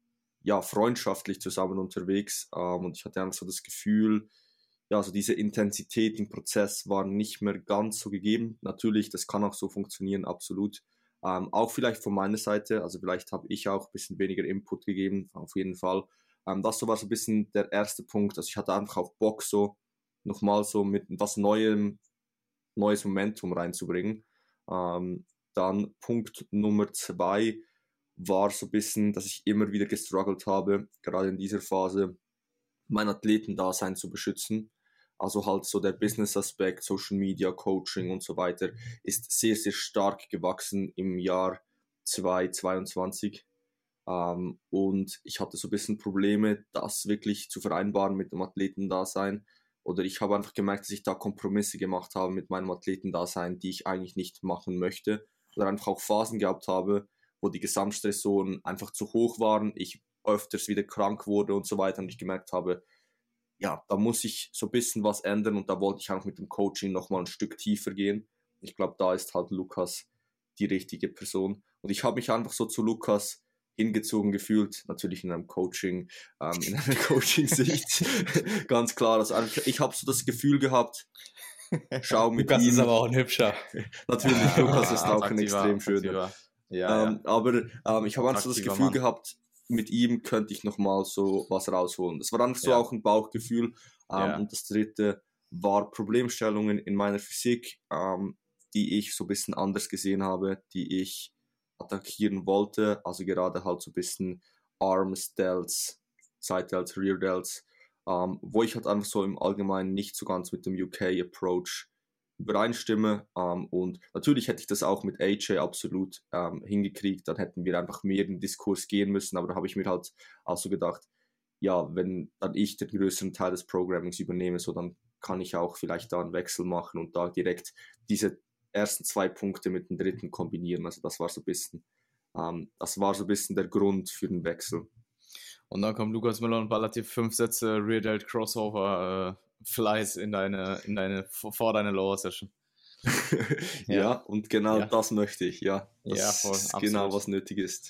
ja, freundschaftlich zusammen unterwegs ähm, und ich hatte einfach so das Gefühl, ja, so diese Intensität im Prozess war nicht mehr ganz so gegeben. Natürlich, das kann auch so funktionieren, absolut. Ähm, auch vielleicht von meiner Seite, also vielleicht habe ich auch ein bisschen weniger Input gegeben, auf jeden Fall. Ähm, das so war so ein bisschen der erste Punkt. Also ich hatte einfach auch Bock, so nochmal so mit was Neuem, neues Momentum reinzubringen. Ähm, dann Punkt Nummer zwei war so ein bisschen, dass ich immer wieder gestruggelt habe, gerade in dieser Phase, mein Athletendasein zu beschützen. Also halt so der Business-Aspekt, Social Media, Coaching und so weiter ist sehr, sehr stark gewachsen im Jahr zweitausendzweiundzwanzig. Ähm, und ich hatte so ein bisschen Probleme, das wirklich zu vereinbaren mit dem Athletendasein. Oder ich habe einfach gemerkt, dass ich da Kompromisse gemacht habe mit meinem Athletendasein, die ich eigentlich nicht machen möchte. Oder einfach auch Phasen gehabt habe, wo die Gesamtstressoren einfach zu hoch waren, ich öfters wieder krank wurde und so weiter und ich gemerkt habe, ja, da muss ich so ein bisschen was ändern und da wollte ich auch mit dem Coaching nochmal ein Stück tiefer gehen. Ich glaube, da ist halt Lukas die richtige Person. Und ich habe mich einfach so zu Lukas hingezogen gefühlt, natürlich in einem Coaching, ähm, in einer Coaching-Sicht, ganz klar. Also einfach, ich habe so das Gefühl gehabt, schau mit Lukas ihm. ist aber auch ein Hübscher. Natürlich, Ja, Lukas ist auch ein attraktiver, extrem schöner. attraktiver. Ja, Ähm, aber ähm, ich habe einfach so das Attraktiver Gefühl Mann. gehabt, mit ihm könnte ich nochmal so was rausholen. Das war einfach so Ja. auch ein Bauchgefühl. Ähm, Ja. Und das dritte war Problemstellungen in meiner Physik, ähm, die ich so ein bisschen anders gesehen habe, die ich attackieren wollte. Also gerade halt so ein bisschen Arms, Delts, Side Delts, Rear Delts, ähm, wo ich halt einfach so im Allgemeinen nicht so ganz mit dem U K-Approach übereinstimme. Ähm, und natürlich hätte ich das auch mit A J absolut ähm, hingekriegt. Dann hätten wir einfach mehr in den Diskurs gehen müssen. Aber da habe ich mir halt auch so gedacht, ja, wenn dann ich den größeren Teil des Programmings übernehme, so dann kann ich auch vielleicht da einen Wechsel machen und da direkt diese ersten zwei Punkte mit dem dritten kombinieren. Also das war so ein bisschen, ähm, das war so ein bisschen der Grund für den Wechsel. Und dann kommt Lukas Müller und ballert dir fünf Sätze Rear Delt Crossover äh, Flies in deine, in deine, vor deine Lower Session. ja. ja, und genau Ja. das möchte ich, ja. Das Ja, voll, ist genau, absolut. was nötig ist.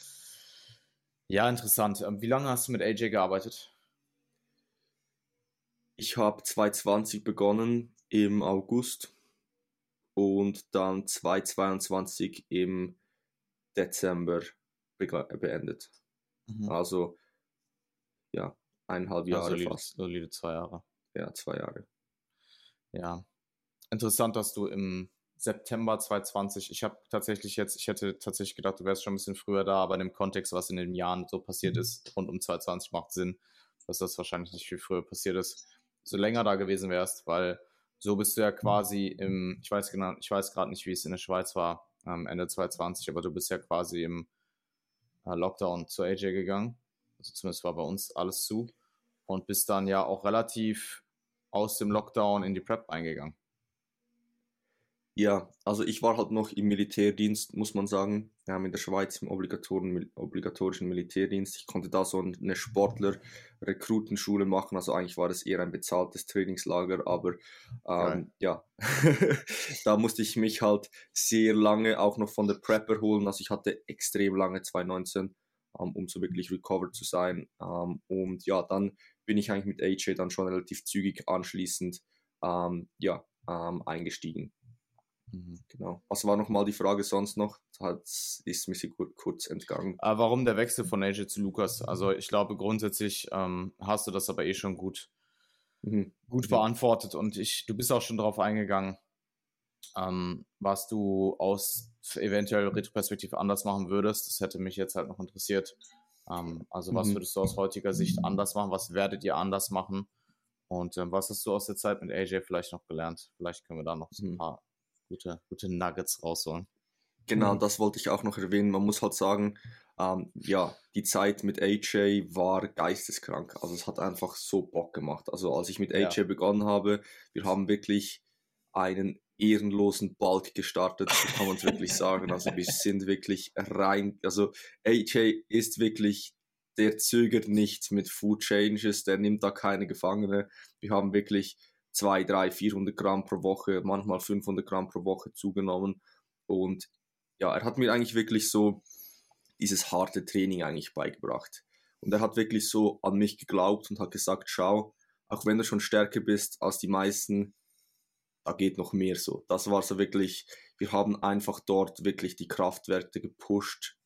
Ja, interessant. Ähm, Wie lange hast du mit A J gearbeitet? Ich habe zwanzig zwanzig begonnen im August und dann zwanzig zweiundzwanzig im Dezember bege- beendet. Mhm. Also ja, eineinhalb Ja, Jahre solide, fast. solide zwei Jahre. Ja, zwei Jahre. Ja. Interessant, dass du im September zwanzig zwanzig, ich habe tatsächlich jetzt, ich hätte tatsächlich gedacht, du wärst schon ein bisschen früher da, aber in dem Kontext, was in den Jahren so passiert ist, rund um zwanzig zwanzig macht Sinn, dass das wahrscheinlich nicht viel früher passiert ist, so länger da gewesen wärst, weil so bist du ja quasi im, ich weiß genau, ich weiß gerade nicht, wie es in der Schweiz war, am Ende zwanzig zwanzig, aber du bist ja quasi im äh, Lockdown zu A J gegangen, also zumindest war bei uns alles zu und bist dann ja auch relativ aus dem Lockdown in die Prep eingegangen. Ja, also ich war halt noch im Militärdienst, muss man sagen. Wir haben in der Schweiz im obligatorischen, obligatorischen Militärdienst. Ich konnte da so eine Sportler-Rekrutenschule machen. Also eigentlich war das eher ein bezahltes Trainingslager, aber ähm, ja, da musste ich mich halt sehr lange auch noch von der Prep erholen. Also ich hatte extrem lange zwanzig neunzehn, ähm, um so wirklich recovered zu sein. Ähm, und ja, dann bin ich eigentlich mit A J dann schon relativ zügig anschließend ähm, ja, ähm, eingestiegen. Mhm. Genau. Was war nochmal die Frage sonst noch? Das ist mir sehr kurz entgangen. Äh, warum der Wechsel von A J zu Lukas? Also ich glaube grundsätzlich ähm, hast du das aber eh schon gut, Mhm. gut Mhm. beantwortet und ich, du bist auch schon drauf eingegangen. Ähm, was du aus eventuell Retroperspektive anders machen würdest, das hätte mich jetzt halt noch interessiert. Ähm, also was Mhm. würdest du aus heutiger Sicht anders machen? Was werdet ihr anders machen? Und ähm, was hast du aus der Zeit mit A J vielleicht noch gelernt? Vielleicht können wir da noch so ein Mhm. paar gute, gute Nuggets rausholen. Genau, Mhm. das wollte ich auch noch erwähnen. Man muss halt sagen, ähm, ja, die Zeit mit A J war geisteskrank. Also es hat einfach so Bock gemacht. Also als ich mit Ja. A J begonnen habe, wir haben wirklich einen ehrenlosen Balk gestartet, so kann man es wirklich sagen. Also wir sind wirklich rein, also A J ist wirklich, der zögert nicht mit Food Changes, der nimmt da keine Gefangene. Wir haben wirklich zwei, drei, vierhundert Gramm pro Woche, manchmal fünfhundert Gramm pro Woche zugenommen und ja, er hat mir eigentlich wirklich so dieses harte Training eigentlich beigebracht. Und er hat wirklich so an mich geglaubt und hat gesagt, schau, auch wenn du schon stärker bist als die meisten, da geht noch mehr so. Das war so wirklich, wir haben einfach dort wirklich die Kraftwerte gepusht,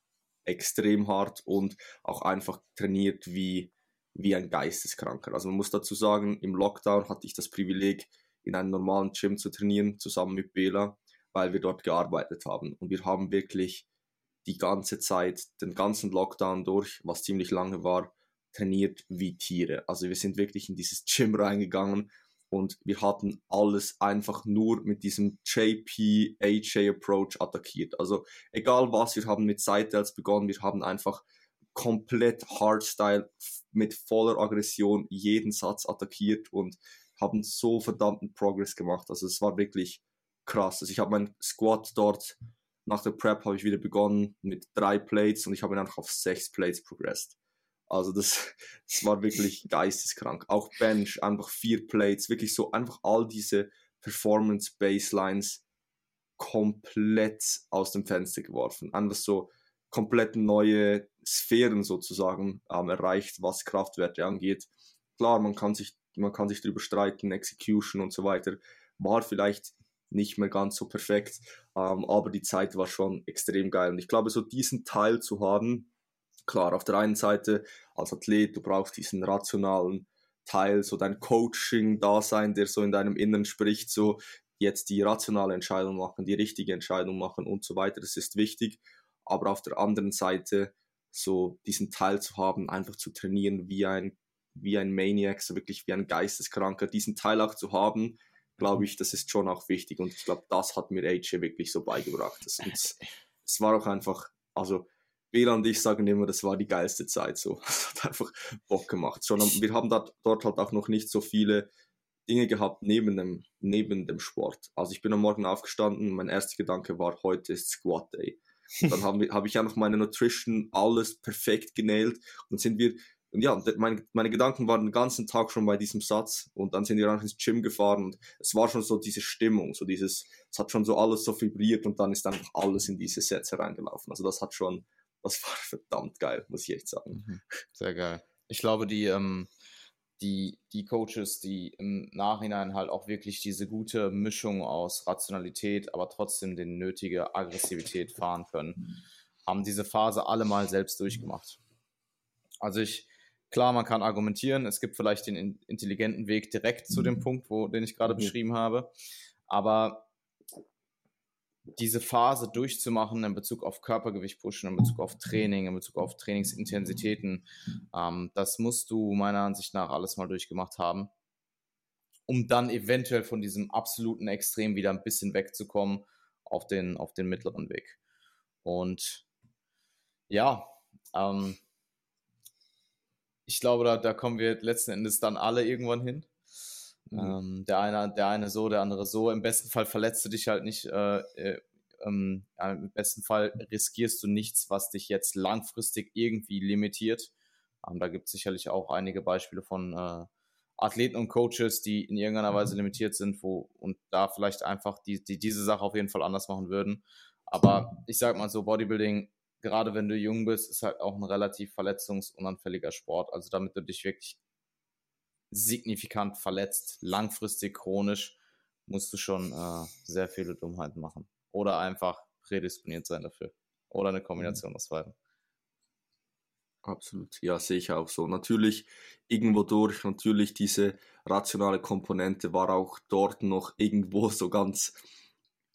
extrem hart und auch einfach trainiert wie, wie ein Geisteskranker. Also man muss dazu sagen, im Lockdown hatte ich das Privileg, in einem normalen Gym zu trainieren, zusammen mit Bela, weil wir dort gearbeitet haben. Und wir haben wirklich die ganze Zeit, den ganzen Lockdown durch, was ziemlich lange war, trainiert wie Tiere. Also wir sind wirklich in dieses Gym reingegangen und wir hatten alles einfach nur mit diesem J P A J Approach attackiert. Also egal was, wir haben mit Side-Delts begonnen, wir haben einfach komplett Hardstyle mit voller Aggression jeden Satz attackiert und haben so verdammten Progress gemacht. Also es war wirklich krass. Also ich habe meinen Squat dort, nach der Prep habe ich wieder begonnen mit drei Plates und ich habe ihn einfach auf sechs Plates progressed. Also das, das war wirklich geisteskrank. Auch Bench, einfach vier Plates, wirklich so einfach all diese Performance-Baselines komplett aus dem Fenster geworfen. Einfach so komplett neue Sphären sozusagen ähm, erreicht, was Kraftwerte angeht. Klar, man kann sich, man kann sich darüber streiten, Execution und so weiter war vielleicht nicht mehr ganz so perfekt, ähm, aber die Zeit war schon extrem geil. Und ich glaube, so diesen Teil zu haben, klar, auf der einen Seite als Athlet, du brauchst diesen rationalen Teil, so dein Coaching-Dasein, der so in deinem Inneren spricht, so jetzt die rationale Entscheidung machen, die richtige Entscheidung machen und so weiter, das ist wichtig. Aber auf der anderen Seite so diesen Teil zu haben, einfach zu trainieren wie ein, wie ein Maniac, so wirklich wie ein Geisteskranker, diesen Teil auch zu haben, glaube ich, das ist schon auch wichtig. Und ich glaube, das hat mir A J wirklich so beigebracht. Das, es, es war auch einfach, also Bela und ich sagen immer, das war die geilste Zeit so. Es hat einfach Bock gemacht. Schon, wir haben dort, dort halt auch noch nicht so viele Dinge gehabt neben dem, neben dem Sport. Also ich bin am Morgen aufgestanden, mein erster Gedanke war, heute ist Squat Day. Und dann habe hab ich einfach meine Nutrition, alles perfekt genäht und sind wir, und ja, meine, meine Gedanken waren den ganzen Tag schon bei diesem Satz und dann sind wir einfach ins Gym gefahren und es war schon so diese Stimmung, so dieses, es hat schon so alles so vibriert und dann ist einfach alles in diese Sätze reingelaufen. Also das hat schon, das war verdammt geil, muss ich echt sagen. Sehr geil. Ich glaube, die, ähm, die, die Coaches, die im Nachhinein halt auch wirklich diese gute Mischung aus Rationalität, aber trotzdem die nötige Aggressivität fahren können, haben diese Phase alle mal selbst durchgemacht. Also ich, klar, man kann argumentieren, es gibt vielleicht den intelligenten Weg direkt zu dem Punkt, wo, den ich gerade mhm. beschrieben habe, aber diese Phase durchzumachen in Bezug auf Körpergewicht pushen, in Bezug auf Training, in Bezug auf Trainingsintensitäten, ähm, das musst du meiner Ansicht nach alles mal durchgemacht haben, um dann eventuell von diesem absoluten Extrem wieder ein bisschen wegzukommen auf den, auf den mittleren Weg. Und ja, ähm, ich glaube, da, da kommen wir letzten Endes dann alle irgendwann hin. Mhm. Ähm, der eine, der eine so, der andere so. Im besten Fall verletzt du dich halt nicht. Äh, äh, ähm, ja, im besten Fall riskierst du nichts, was dich jetzt langfristig irgendwie limitiert. Ähm, da gibt es sicherlich auch einige Beispiele von äh, Athleten und Coaches, die in irgendeiner Weise limitiert sind, wo und da vielleicht einfach die, die diese Sache auf jeden Fall anders machen würden. Aber ich sag mal so, Bodybuilding, gerade wenn du jung bist, ist halt auch ein relativ verletzungsunanfälliger Sport. Also damit du dich wirklich signifikant verletzt, langfristig, chronisch, musst du schon äh, sehr viele Dummheiten machen. Oder einfach prädisponiert sein dafür. Oder eine Kombination aus beiden. Absolut, ja, sehe ich auch so. Natürlich irgendwo durch, natürlich diese rationale Komponente war auch dort noch irgendwo so ganz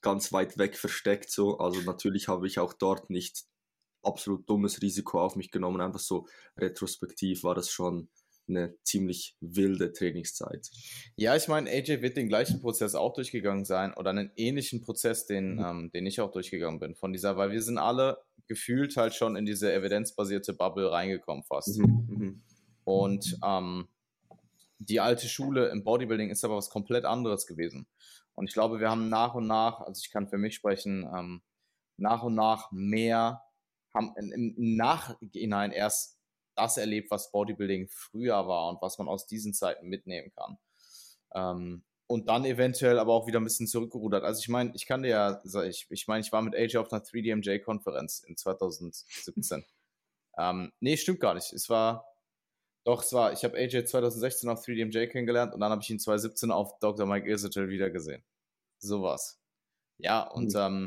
ganz weit weg versteckt so. Also natürlich habe ich auch dort nicht absolut dummes Risiko auf mich genommen. Einfach so retrospektiv war das schon eine ziemlich wilde Trainingszeit. Ja, ich meine, A J wird den gleichen Prozess auch durchgegangen sein oder einen ähnlichen Prozess, den, mhm. ähm, den ich auch durchgegangen bin. Von dieser, weil wir sind alle gefühlt halt schon in diese evidenzbasierte Bubble reingekommen fast. Mhm. Mhm. Und ähm, die alte Schule im Bodybuilding ist aber was komplett anderes gewesen. Und ich glaube, wir haben nach und nach, also ich kann für mich sprechen, ähm, nach und nach mehr, haben im Nachhinein erst das erlebt, was Bodybuilding früher war und was man aus diesen Zeiten mitnehmen kann. Ähm, und dann eventuell aber auch wieder ein bisschen zurückgerudert. Also ich meine, ich kann dir ja, ich, ich meine, ich war mit A J auf einer drei D M J-Konferenz in zwanzig siebzehn. ähm, nee, stimmt gar nicht. Es war, doch, es war, ich habe A J zwanzig sechzehn auf drei D M J kennengelernt und dann habe ich ihn zwanzig siebzehn auf Doktor Mike Israel wieder gesehen. So war's. Ja, und mhm. ähm,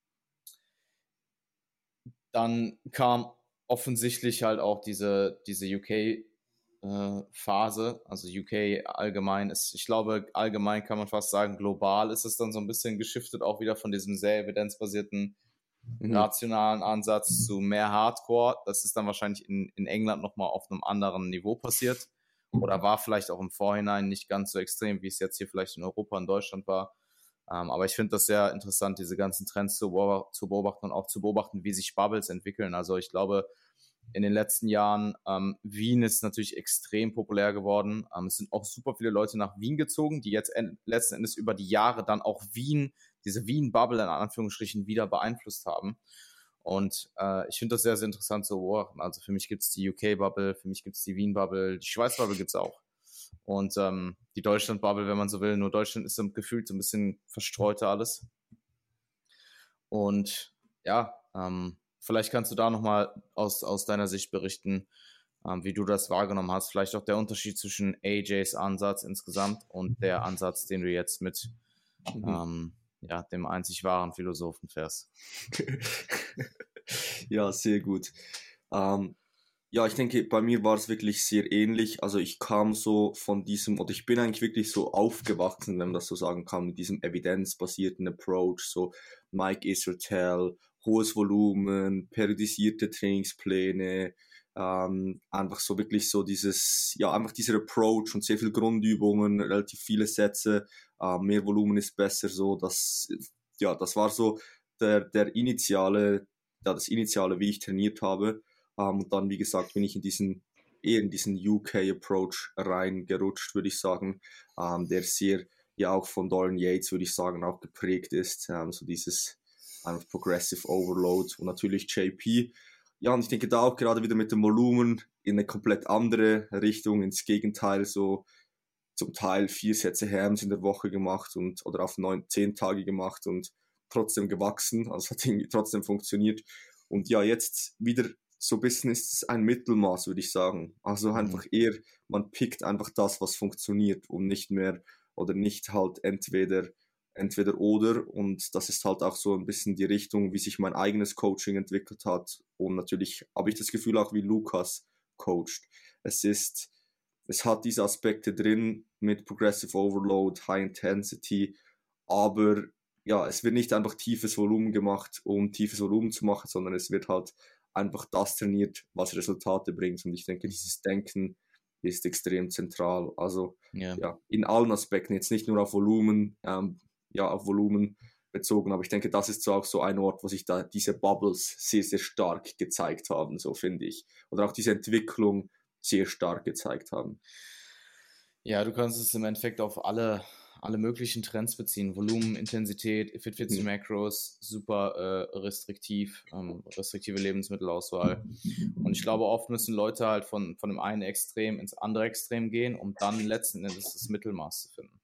dann kam offensichtlich halt auch diese, diese U K-Phase, äh, also U K allgemein ist, ich glaube, allgemein kann man fast sagen, global ist es dann so ein bisschen geschiftet, auch wieder von diesem sehr evidenzbasierten, mhm. rationalen Ansatz zu mehr Hardcore. Das ist dann wahrscheinlich in, in England nochmal auf einem anderen Niveau passiert oder war vielleicht auch im Vorhinein nicht ganz so extrem, wie es jetzt hier vielleicht in Europa und Deutschland war. Um, aber ich finde das sehr interessant, diese ganzen Trends zu, beob- zu beobachten und auch zu beobachten, wie sich Bubbles entwickeln. Also ich glaube, in den letzten Jahren, ähm, Wien ist natürlich extrem populär geworden. Ähm, es sind auch super viele Leute nach Wien gezogen, die jetzt en- letzten Endes über die Jahre dann auch Wien, diese Wien-Bubble in Anführungsstrichen wieder beeinflusst haben. Und äh, ich finde das sehr, sehr interessant zu beobachten. Also für mich gibt es die U K-Bubble, für mich gibt es die Wien-Bubble, die Schweiz-Bubble gibt es auch. Und ähm, die Deutschland-Bubble, wenn man so will, nur Deutschland ist gefühlt so ein bisschen verstreuter alles. Und ja, ähm, vielleicht kannst du da nochmal aus, aus deiner Sicht berichten, ähm, wie du das wahrgenommen hast. Vielleicht auch der Unterschied zwischen A Js Ansatz insgesamt und der Ansatz, den du jetzt mit mhm. ähm, ja, dem einzig wahren Philosophen fährst. Ja, sehr gut. Ähm, Ja, ich denke, bei mir war es wirklich sehr ähnlich. Also ich kam so von diesem, oder ich bin eigentlich wirklich so aufgewachsen, wenn man das so sagen kann, mit diesem evidenzbasierten Approach, so Mike Israel, hohes Volumen, periodisierte Trainingspläne, ähm, einfach so wirklich so dieses, ja, einfach dieser Approach und sehr viel Grundübungen, relativ viele Sätze, äh, mehr Volumen ist besser, so, das, ja, das war so der, der initiale, ja, das initiale, wie ich trainiert habe. Um, und dann, wie gesagt, bin ich in diesen, eher in diesen U K-Approach reingerutscht, würde ich sagen, um, der sehr, ja auch von Dorian Yates, würde ich sagen, auch geprägt ist, um, so dieses um, Progressive Overload und natürlich J P. Ja, und ich denke da auch gerade wieder mit dem Volumen in eine komplett andere Richtung, ins Gegenteil, so zum Teil vier Sätze Hams in der Woche gemacht und oder auf neun, zehn Tage gemacht und trotzdem gewachsen, also hat irgendwie trotzdem funktioniert. Und ja, jetzt wieder so ein bisschen ist es ein Mittelmaß, würde ich sagen. Also einfach eher, man pickt einfach das, was funktioniert und nicht mehr oder nicht halt entweder, entweder oder. Und das ist halt auch so ein bisschen die Richtung, wie sich mein eigenes Coaching entwickelt hat. Und natürlich habe ich das Gefühl auch, wie Lukas coacht. Es ist, es hat diese Aspekte drin mit Progressive Overload, High Intensity, aber ja, es wird nicht einfach tiefes Volumen gemacht, um tiefes Volumen zu machen, sondern es wird halt einfach das trainiert, was Resultate bringt. Und ich denke, dieses Denken ist extrem zentral. Also yeah. ja, in allen Aspekten, jetzt nicht nur auf Volumen, ähm, ja, auf Volumen bezogen, aber ich denke, das ist so auch so ein Ort, wo sich da diese Bubbles sehr, sehr stark gezeigt haben, so finde ich. Oder auch diese Entwicklung sehr stark gezeigt haben. Ja, du kannst es im Endeffekt auf alle alle möglichen Trends beziehen. Volumen, Intensität, Fit Fits mhm. Macros, super äh, restriktiv, ähm, restriktive Lebensmittelauswahl. Und ich glaube, oft müssen Leute halt von, von dem einen Extrem ins andere Extrem gehen, um dann letzten Endes das Mittelmaß zu finden.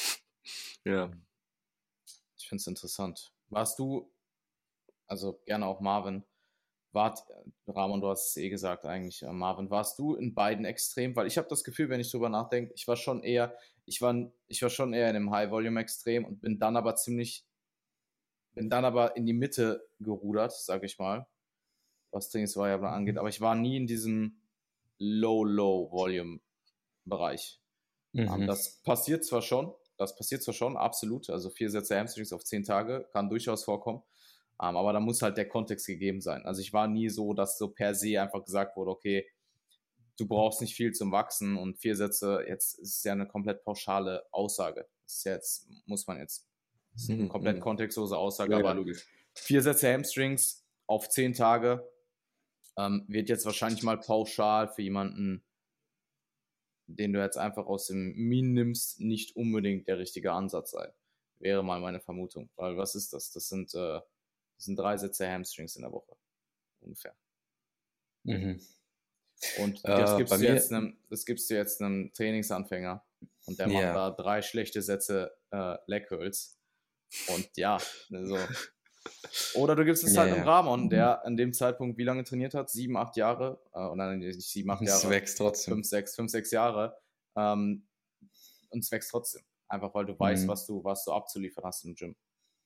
Ja. Ich finde es interessant. Warst du, also gerne auch Marvin, wart, Ramon, du hast es eh gesagt eigentlich, äh, Marvin, warst du in beiden Extremen? Weil ich habe das Gefühl, wenn ich drüber nachdenke, ich war schon eher, ich war, ich war schon eher in einem High-Volume-Extrem und bin dann aber ziemlich, bin dann aber in die Mitte gerudert, sag ich mal, was Trainingsvariablen angeht, aber ich war nie in diesem Low-Low-Volume-Bereich. Mhm. Um, das passiert zwar schon, das passiert zwar schon, absolut, also vier Sätze Hamstrings auf zehn Tage kann durchaus vorkommen, um, aber da muss halt der Kontext gegeben sein. Also ich war nie so, dass so per se einfach gesagt wurde, okay, du brauchst nicht viel zum Wachsen und vier Sätze, jetzt ist ja eine komplett pauschale Aussage. Das ist jetzt, muss man jetzt, das ist eine Mhm, komplett mhm. kontextlose Aussage, Ja, ja, aber logisch. vier Sätze Hamstrings auf zehn Tage ähm, wird jetzt wahrscheinlich mal pauschal für jemanden, den du jetzt einfach aus dem Mean nimmst, nicht unbedingt der richtige Ansatz sein. Wäre mal meine Vermutung. Weil was ist das? Das sind, äh, das sind drei Sätze Hamstrings in der Woche. Ungefähr. Mhm. Und Äh, das gibst, bei du mir, jetzt einem, das gibst du jetzt einem Trainingsanfänger und der macht ja, da drei schlechte Sätze äh, Leg Curls. Und ja, also. Oder du gibst es ja, halt einem ja. Ramon, der an dem Zeitpunkt wie lange trainiert hat? Sieben, acht Jahre? Äh, und dann nicht sieben, acht Es Jahre, wächst trotzdem. fünf, sechs, fünf, sechs Jahre. Ähm, und es wächst trotzdem. Einfach weil du weißt, Mhm. was du, was du abzuliefern hast im Gym.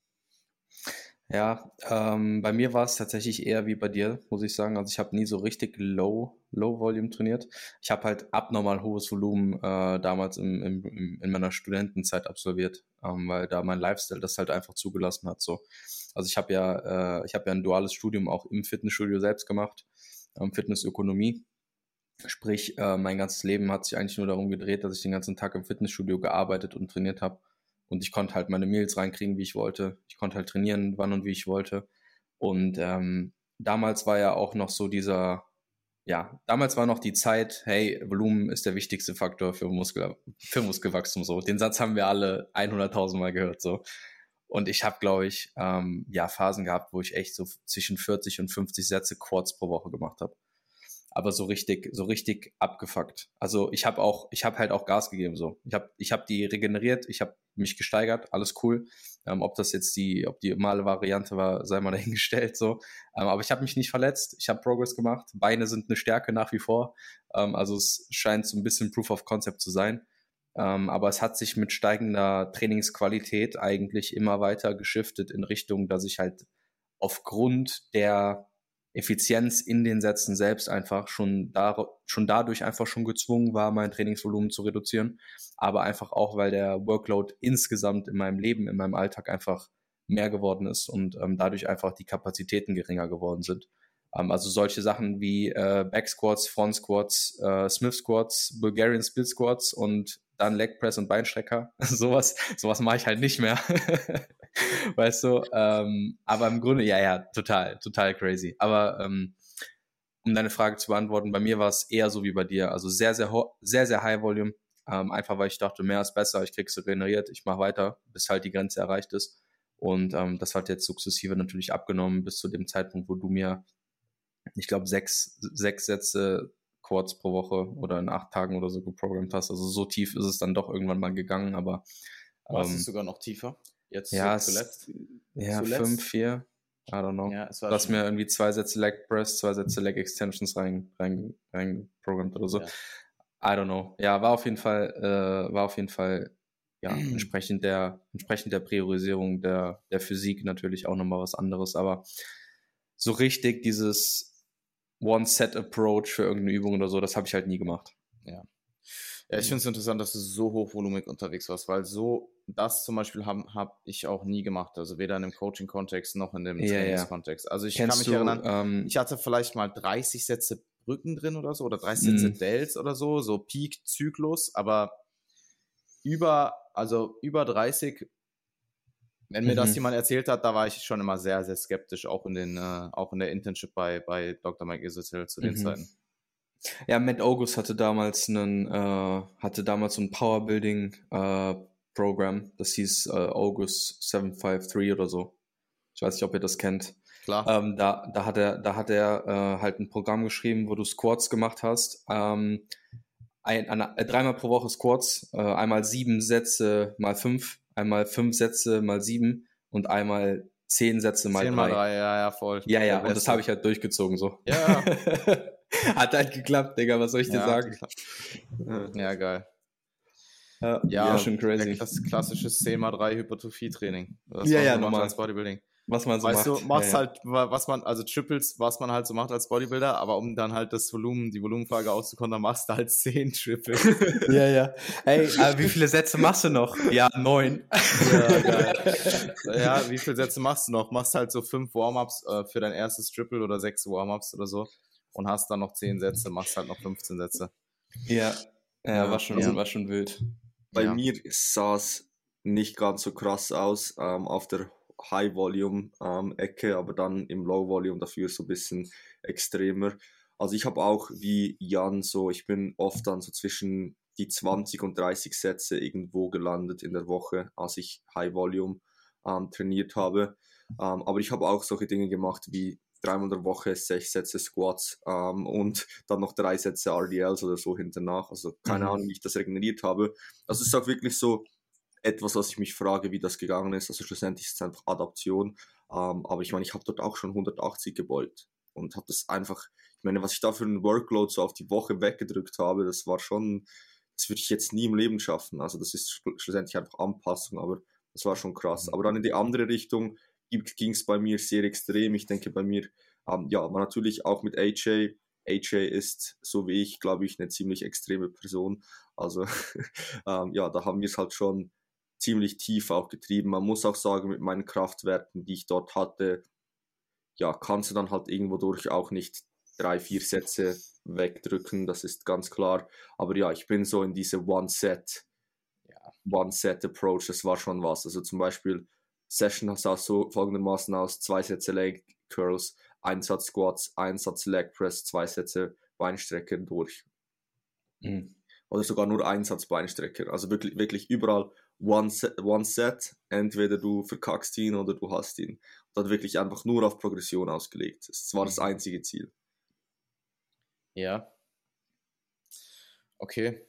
Ja, ähm, bei mir war es tatsächlich eher wie bei dir, muss ich sagen. Also ich habe nie so richtig low, low Volume trainiert. Ich habe halt abnormal hohes Volumen äh, damals im, im, im, in meiner Studentenzeit absolviert, ähm, weil da mein Lifestyle das halt einfach zugelassen hat. So. Also ich habe ja, äh, ich habe ja ein duales Studium auch im Fitnessstudio selbst gemacht, ähm, Fitnessökonomie. Sprich, äh, mein ganzes Leben hat sich eigentlich nur darum gedreht, dass ich den ganzen Tag im Fitnessstudio gearbeitet und trainiert habe. Und ich konnte halt meine Meals reinkriegen, wie ich wollte. Ich konnte halt trainieren, wann und wie ich wollte. Und ähm, damals war ja auch noch so dieser, ja, damals war noch die Zeit, hey, Volumen ist der wichtigste Faktor für, Muskel, für Muskelwachstum. So, den Satz haben wir alle hunderttausend Mal gehört. So. Und ich habe, glaube ich, ähm, ja, Phasen gehabt, wo ich echt so zwischen vierzig und fünfzig Sätze Quads pro Woche gemacht habe. Aber so richtig, so richtig abgefuckt. Also ich habe auch, ich habe halt auch Gas gegeben so. Ich habe, ich habe die regeneriert, ich habe mich gesteigert, alles cool. Ähm, ob das jetzt die, ob die normale Variante war, sei mal dahingestellt so. Ähm, aber ich habe mich nicht verletzt, ich habe Progress gemacht. Beine sind eine Stärke nach wie vor. Ähm, also es scheint so ein bisschen Proof of Concept zu sein. Ähm, aber es hat sich mit steigender Trainingsqualität eigentlich immer weiter geschiftet in Richtung, dass ich halt aufgrund der Effizienz in den Sätzen selbst einfach schon, da, schon dadurch einfach schon gezwungen war, mein Trainingsvolumen zu reduzieren, aber einfach auch, weil der Workload insgesamt in meinem Leben, in meinem Alltag einfach mehr geworden ist und ähm, dadurch einfach die Kapazitäten geringer geworden sind. Ähm, also solche Sachen wie äh, Back Squats, Front Squats, äh, Smith Squats, Bulgarian Split Squats und dann Leg Press und Beinstrecker. sowas, sowas mache ich halt nicht mehr. Weißt du, ähm, aber im Grunde, ja, ja, total, total crazy. Aber ähm, um deine Frage zu beantworten, bei mir war es eher so wie bei dir, also sehr, sehr, sehr, sehr High Volume, ähm, einfach weil ich dachte, mehr ist besser, ich krieg's regeneriert, ich mache weiter, bis halt die Grenze erreicht ist. Und ähm, das hat jetzt sukzessive natürlich abgenommen bis zu dem Zeitpunkt, wo du mir, ich glaube, sechs, sechs Sätze Quads pro Woche oder in acht Tagen oder so geprogrammt hast. Also so tief ist es dann doch irgendwann mal gegangen, aber War es ähm, sogar noch tiefer? Jetzt ja, zu, zuletzt? es, ja, Zuletzt? fünf, vier, I don't know. Ja, es Du war hast schon. mir irgendwie zwei Sätze Leg Press, zwei Sätze Leg Extensions rein, rein, reingeprogrammt oder so. Ja. I don't know. Ja, war auf jeden Fall, äh, war auf jeden Fall, ja, entsprechend der, entsprechend der Priorisierung der, der Physik natürlich auch nochmal was anderes, aber so richtig dieses One-Set-Approach für irgendeine Übung oder so, das habe ich halt nie gemacht. Ja. Ja, ich finde es interessant, dass du so hochvolumig unterwegs warst, weil so, das zum Beispiel habe hab ich auch nie gemacht, also weder in dem Coaching-Kontext noch in dem Ja, ja. Trainingskontext. Also ich Kennst kann mich du, erinnern, ähm, ich hatte vielleicht mal dreißig Sätze Brücken drin oder so, oder dreißig Sätze mh, Delts oder so, so Peak-Zyklus, aber über, also über dreißig, wenn mir das mhm. jemand erzählt hat, da war ich schon immer sehr, sehr skeptisch, auch in den, äh, auch in der Internship bei, bei Doktor Mike Israel zu den Mhm. Zeiten. Ja, Matt August hatte damals einen, äh, hatte damals so ein Powerbuilding äh, Programm, das hieß äh, August sieben fünf drei oder so. Ich weiß nicht, ob ihr das kennt. Klar. Ähm, da, da hat er, da hat er äh, halt ein Programm geschrieben, wo du Squats gemacht hast. Ähm, ein, eine, äh, dreimal pro Woche Squats, äh, einmal sieben Sätze mal fünf, einmal fünf Sätze mal sieben und einmal zehn Sätze mal zehn drei. mal drei, ja, ja, voll. Ja, ja, Der und das Beste. habe ich halt durchgezogen so. Ja, Hat halt geklappt, Digga, was soll ich dir ja, sagen? ja, geil. Ja, Ja, war schon der crazy. klass klassisches zehn mal drei Hypertrophie-Training. Das Ja, man ja, so macht normal. als Bodybuilding. was man so weißt macht. du, machst ja, halt, wa- was man, also Triples, was man halt so macht als Bodybuilder, aber um dann halt das Volumen, die Volumenfrage auszukontern, machst du halt zehn Triples. ja. ja, ja. Ey, aber wie viele Sätze machst du noch? Ja, neun. Ja, geil. Ja, wie viele Sätze machst du noch? Machst halt so fünf Warm-ups äh, für dein erstes Triple oder sechs Warm-ups oder so und hast dann noch zehn Sätze, machst halt noch fünfzehn Sätze. Ja, ja, Ja, war schon, also- war schon wild. Bei Ja. mir sah es nicht ganz so krass aus ähm, auf der High-Volume-Ecke, aber dann im Low-Volume dafür so ein bisschen extremer. Also ich habe auch wie Jan so, ich bin oft dann so zwischen die zwanzig und dreißig Sätze irgendwo gelandet in der Woche, als ich High-Volume ähm, trainiert habe. Ähm, aber ich habe auch solche Dinge gemacht wie dreimal in der Woche sechs Sätze Squats ähm, und dann noch drei Sätze R D Ls oder so hinternach. Also keine Mhm. Ahnung, wie ich das regeneriert habe. Also es ist auch wirklich so etwas, was ich mich frage, wie das gegangen ist. Also schlussendlich ist es einfach Adaption. Ähm, aber ich meine, ich habe dort auch schon hundertachtzig gebeugt und habe das einfach, ich meine, was ich da für einen Workload so auf die Woche weggedrückt habe, das war schon, das würde ich jetzt nie im Leben schaffen. Also das ist schlu- schlussendlich einfach Anpassung, aber das war schon krass. Aber dann in die andere Richtung ging es bei mir sehr extrem. Ich denke bei mir, ähm, ja, war natürlich auch mit A J. A J ist, so wie ich, glaube ich, eine ziemlich extreme Person. Also ähm, ja, da haben wir es halt schon ziemlich tief auch getrieben. Man muss auch sagen, mit meinen Kraftwerten, die ich dort hatte, ja, kannst du dann halt irgendwo durch auch nicht drei, vier Sätze wegdrücken, das ist ganz klar. Aber ja, ich bin so in diese One-Set, Ja. One-Set-Approach, das war schon was. Also zum Beispiel, Session sah so folgendermaßen aus, zwei Sätze Leg Curls, ein Satz Squats, ein Satz Leg Press, zwei Sätze Beinstrecker durch. Mhm. Oder sogar nur ein Satz Beinstrecker. Also wirklich, wirklich überall one set, one set. Entweder du verkackst ihn oder du hast ihn. Und dann wirklich einfach nur auf Progression ausgelegt. Das war das einzige Ziel. Ja. Okay.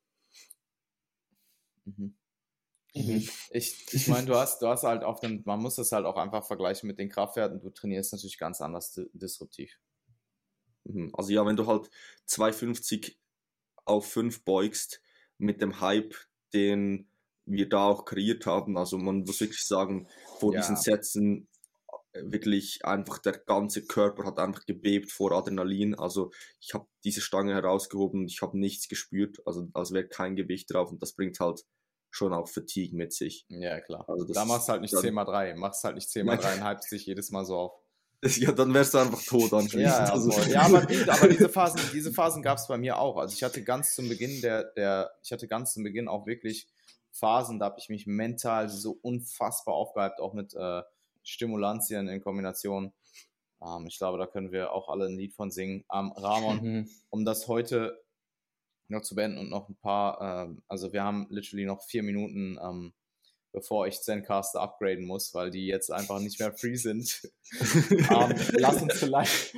Mhm. Mhm. Ich, ich meine, du hast, du hast halt auf dem, man muss das halt auch einfach vergleichen mit den Kraftwerten. Du trainierst natürlich ganz anders di- disruptiv. Mhm. Also ja, wenn du halt zweihundertfünfzig auf fünf beugst mit dem Hype, den wir da auch kreiert haben, also man muss wirklich sagen, vor Ja. diesen Sätzen äh, wirklich einfach der ganze Körper hat einfach gebebt vor Adrenalin. Also ich habe diese Stange herausgehoben und ich habe nichts gespürt, also als wäre kein Gewicht drauf und das bringt halt schon auch Fatigue mit sich. Ja, klar. Also das Da machst du halt nicht dann- zehn mal drei. Machst halt nicht zehn mal drei und hypst dich jedes Mal so auf. Ja, dann wärst du einfach tot anschließend. Ja, ja, Also- voll. Ja, aber, die, aber diese Phasen, diese Phasen gab es bei mir auch. Also ich hatte ganz zum Beginn der, der, ich hatte ganz zum Beginn auch wirklich Phasen, da habe ich mich mental so unfassbar aufgehypt, auch mit äh, Stimulantien in Kombination. Ähm, ich glaube, da können wir auch alle ein Lied von singen. Ähm, Ramon, Mhm. um das heute noch zu beenden und noch ein paar, ähm, also wir haben literally noch vier Minuten, ähm, bevor ich Zencaster upgraden muss, weil die jetzt einfach nicht mehr free sind. ähm, lass uns vielleicht,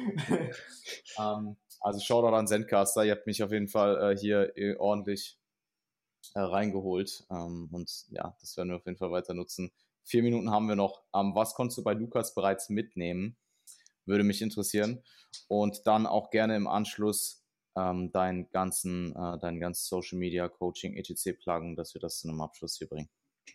ähm, also Shoutout an Zencaster, ihr habt mich auf jeden Fall äh, hier äh, ordentlich äh, reingeholt ähm, und ja, das werden wir auf jeden Fall weiter nutzen. Vier Minuten haben wir noch. Ähm, was konntest du bei Lukas bereits mitnehmen? Würde mich interessieren. Und dann auch gerne im Anschluss ähm, deinen ganzen, äh, deinen ganzen Social Media Coaching et cetera pluggen, dass wir das zu einem Abschluss hier bringen.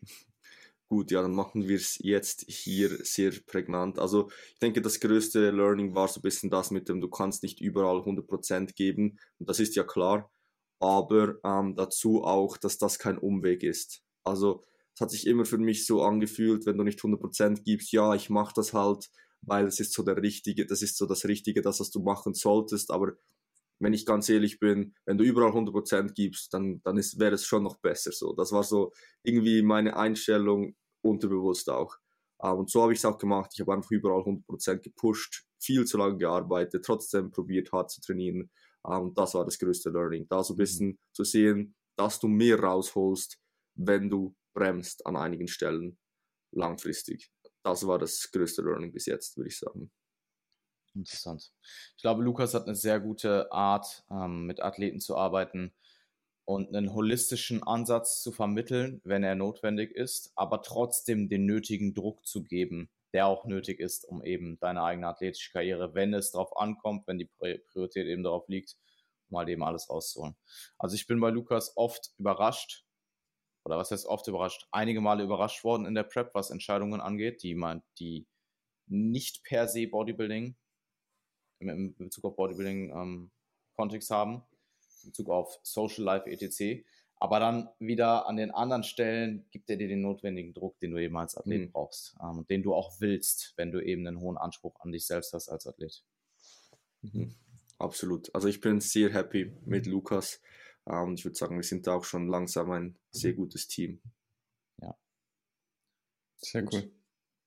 Gut, ja, dann machen wir es jetzt hier sehr prägnant. Also ich denke, das größte Learning war so ein bisschen das mit dem, du kannst nicht überall hundert Prozent geben. Und das ist ja klar. Aber ähm, dazu auch, dass das kein Umweg ist. Also es hat sich immer für mich so angefühlt, wenn du nicht hundert Prozent gibst, ja, ich mache das halt, weil es ist so der Richtige, das ist so das Richtige, das, was du machen solltest. Aber wenn ich ganz ehrlich bin, wenn du überall hundert Prozent gibst, dann, dann ist, wäre es schon noch besser so. Das war so irgendwie meine Einstellung, unterbewusst auch. Ähm, und so habe ich es auch gemacht. Ich habe einfach überall hundert Prozent gepusht, viel zu lange gearbeitet, trotzdem probiert hart zu trainieren. Ähm, und das war das größte Learning. Da so ein bisschen mhm. zu sehen, dass du mehr rausholst, wenn du bremst an einigen Stellen langfristig. Das war das größte Learning bis jetzt, würde ich sagen. Interessant. Ich glaube, Lukas hat eine sehr gute Art, ähm, mit Athleten zu arbeiten und einen holistischen Ansatz zu vermitteln, wenn er notwendig ist, aber trotzdem den nötigen Druck zu geben, der auch nötig ist, um eben deine eigene athletische Karriere, wenn es darauf ankommt, wenn die Priorität eben darauf liegt, um halt eben alles rauszuholen. Also ich bin bei Lukas oft überrascht, oder was heißt oft überrascht, einige Male überrascht worden in der Prep, was Entscheidungen angeht, die man, die nicht per se Bodybuilding, in Bezug auf Bodybuilding ähm, Kontext haben, in Bezug auf Social Life et cetera. Aber dann wieder an den anderen Stellen gibt er dir den notwendigen Druck, den du eben als Athlet mhm. brauchst, ähm, den du auch willst, wenn du eben einen hohen Anspruch an dich selbst hast als Athlet. Mhm. Absolut. Also ich bin sehr happy mit Lukas. Und ich würde sagen, wir sind da auch schon langsam ein sehr gutes Team. Ja. Sehr Gut. cool.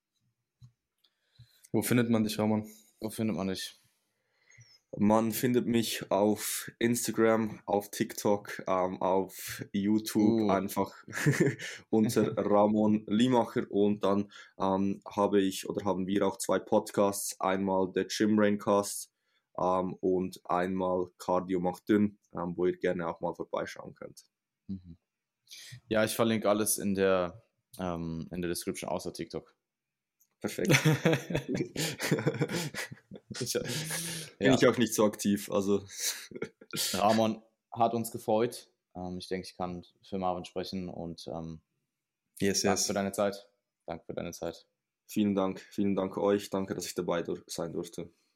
Wo findet man dich, Roman? Wo findet man dich? Man findet mich auf Instagram, auf TikTok, ähm, auf YouTube uh. einfach unter Ramon Limacher, und dann ähm, habe ich oder haben wir auch zwei Podcasts, einmal der Gym Braincast ähm, und einmal Cardio macht dünn, ähm, wo ihr gerne auch mal vorbeischauen könnt. Mhm. Ja, ich verlinke alles in der, ähm, in der Description außer TikTok. Perfekt. ich, ja. Bin ich auch nicht so aktiv. Also. Ramon, hat uns gefreut. Ähm, ich denke, ich kann für Marvin sprechen und ähm, yes, danke yes. für deine Zeit. Danke für deine Zeit. Vielen Dank. Vielen Dank euch. Danke, dass ich dabei sein durfte.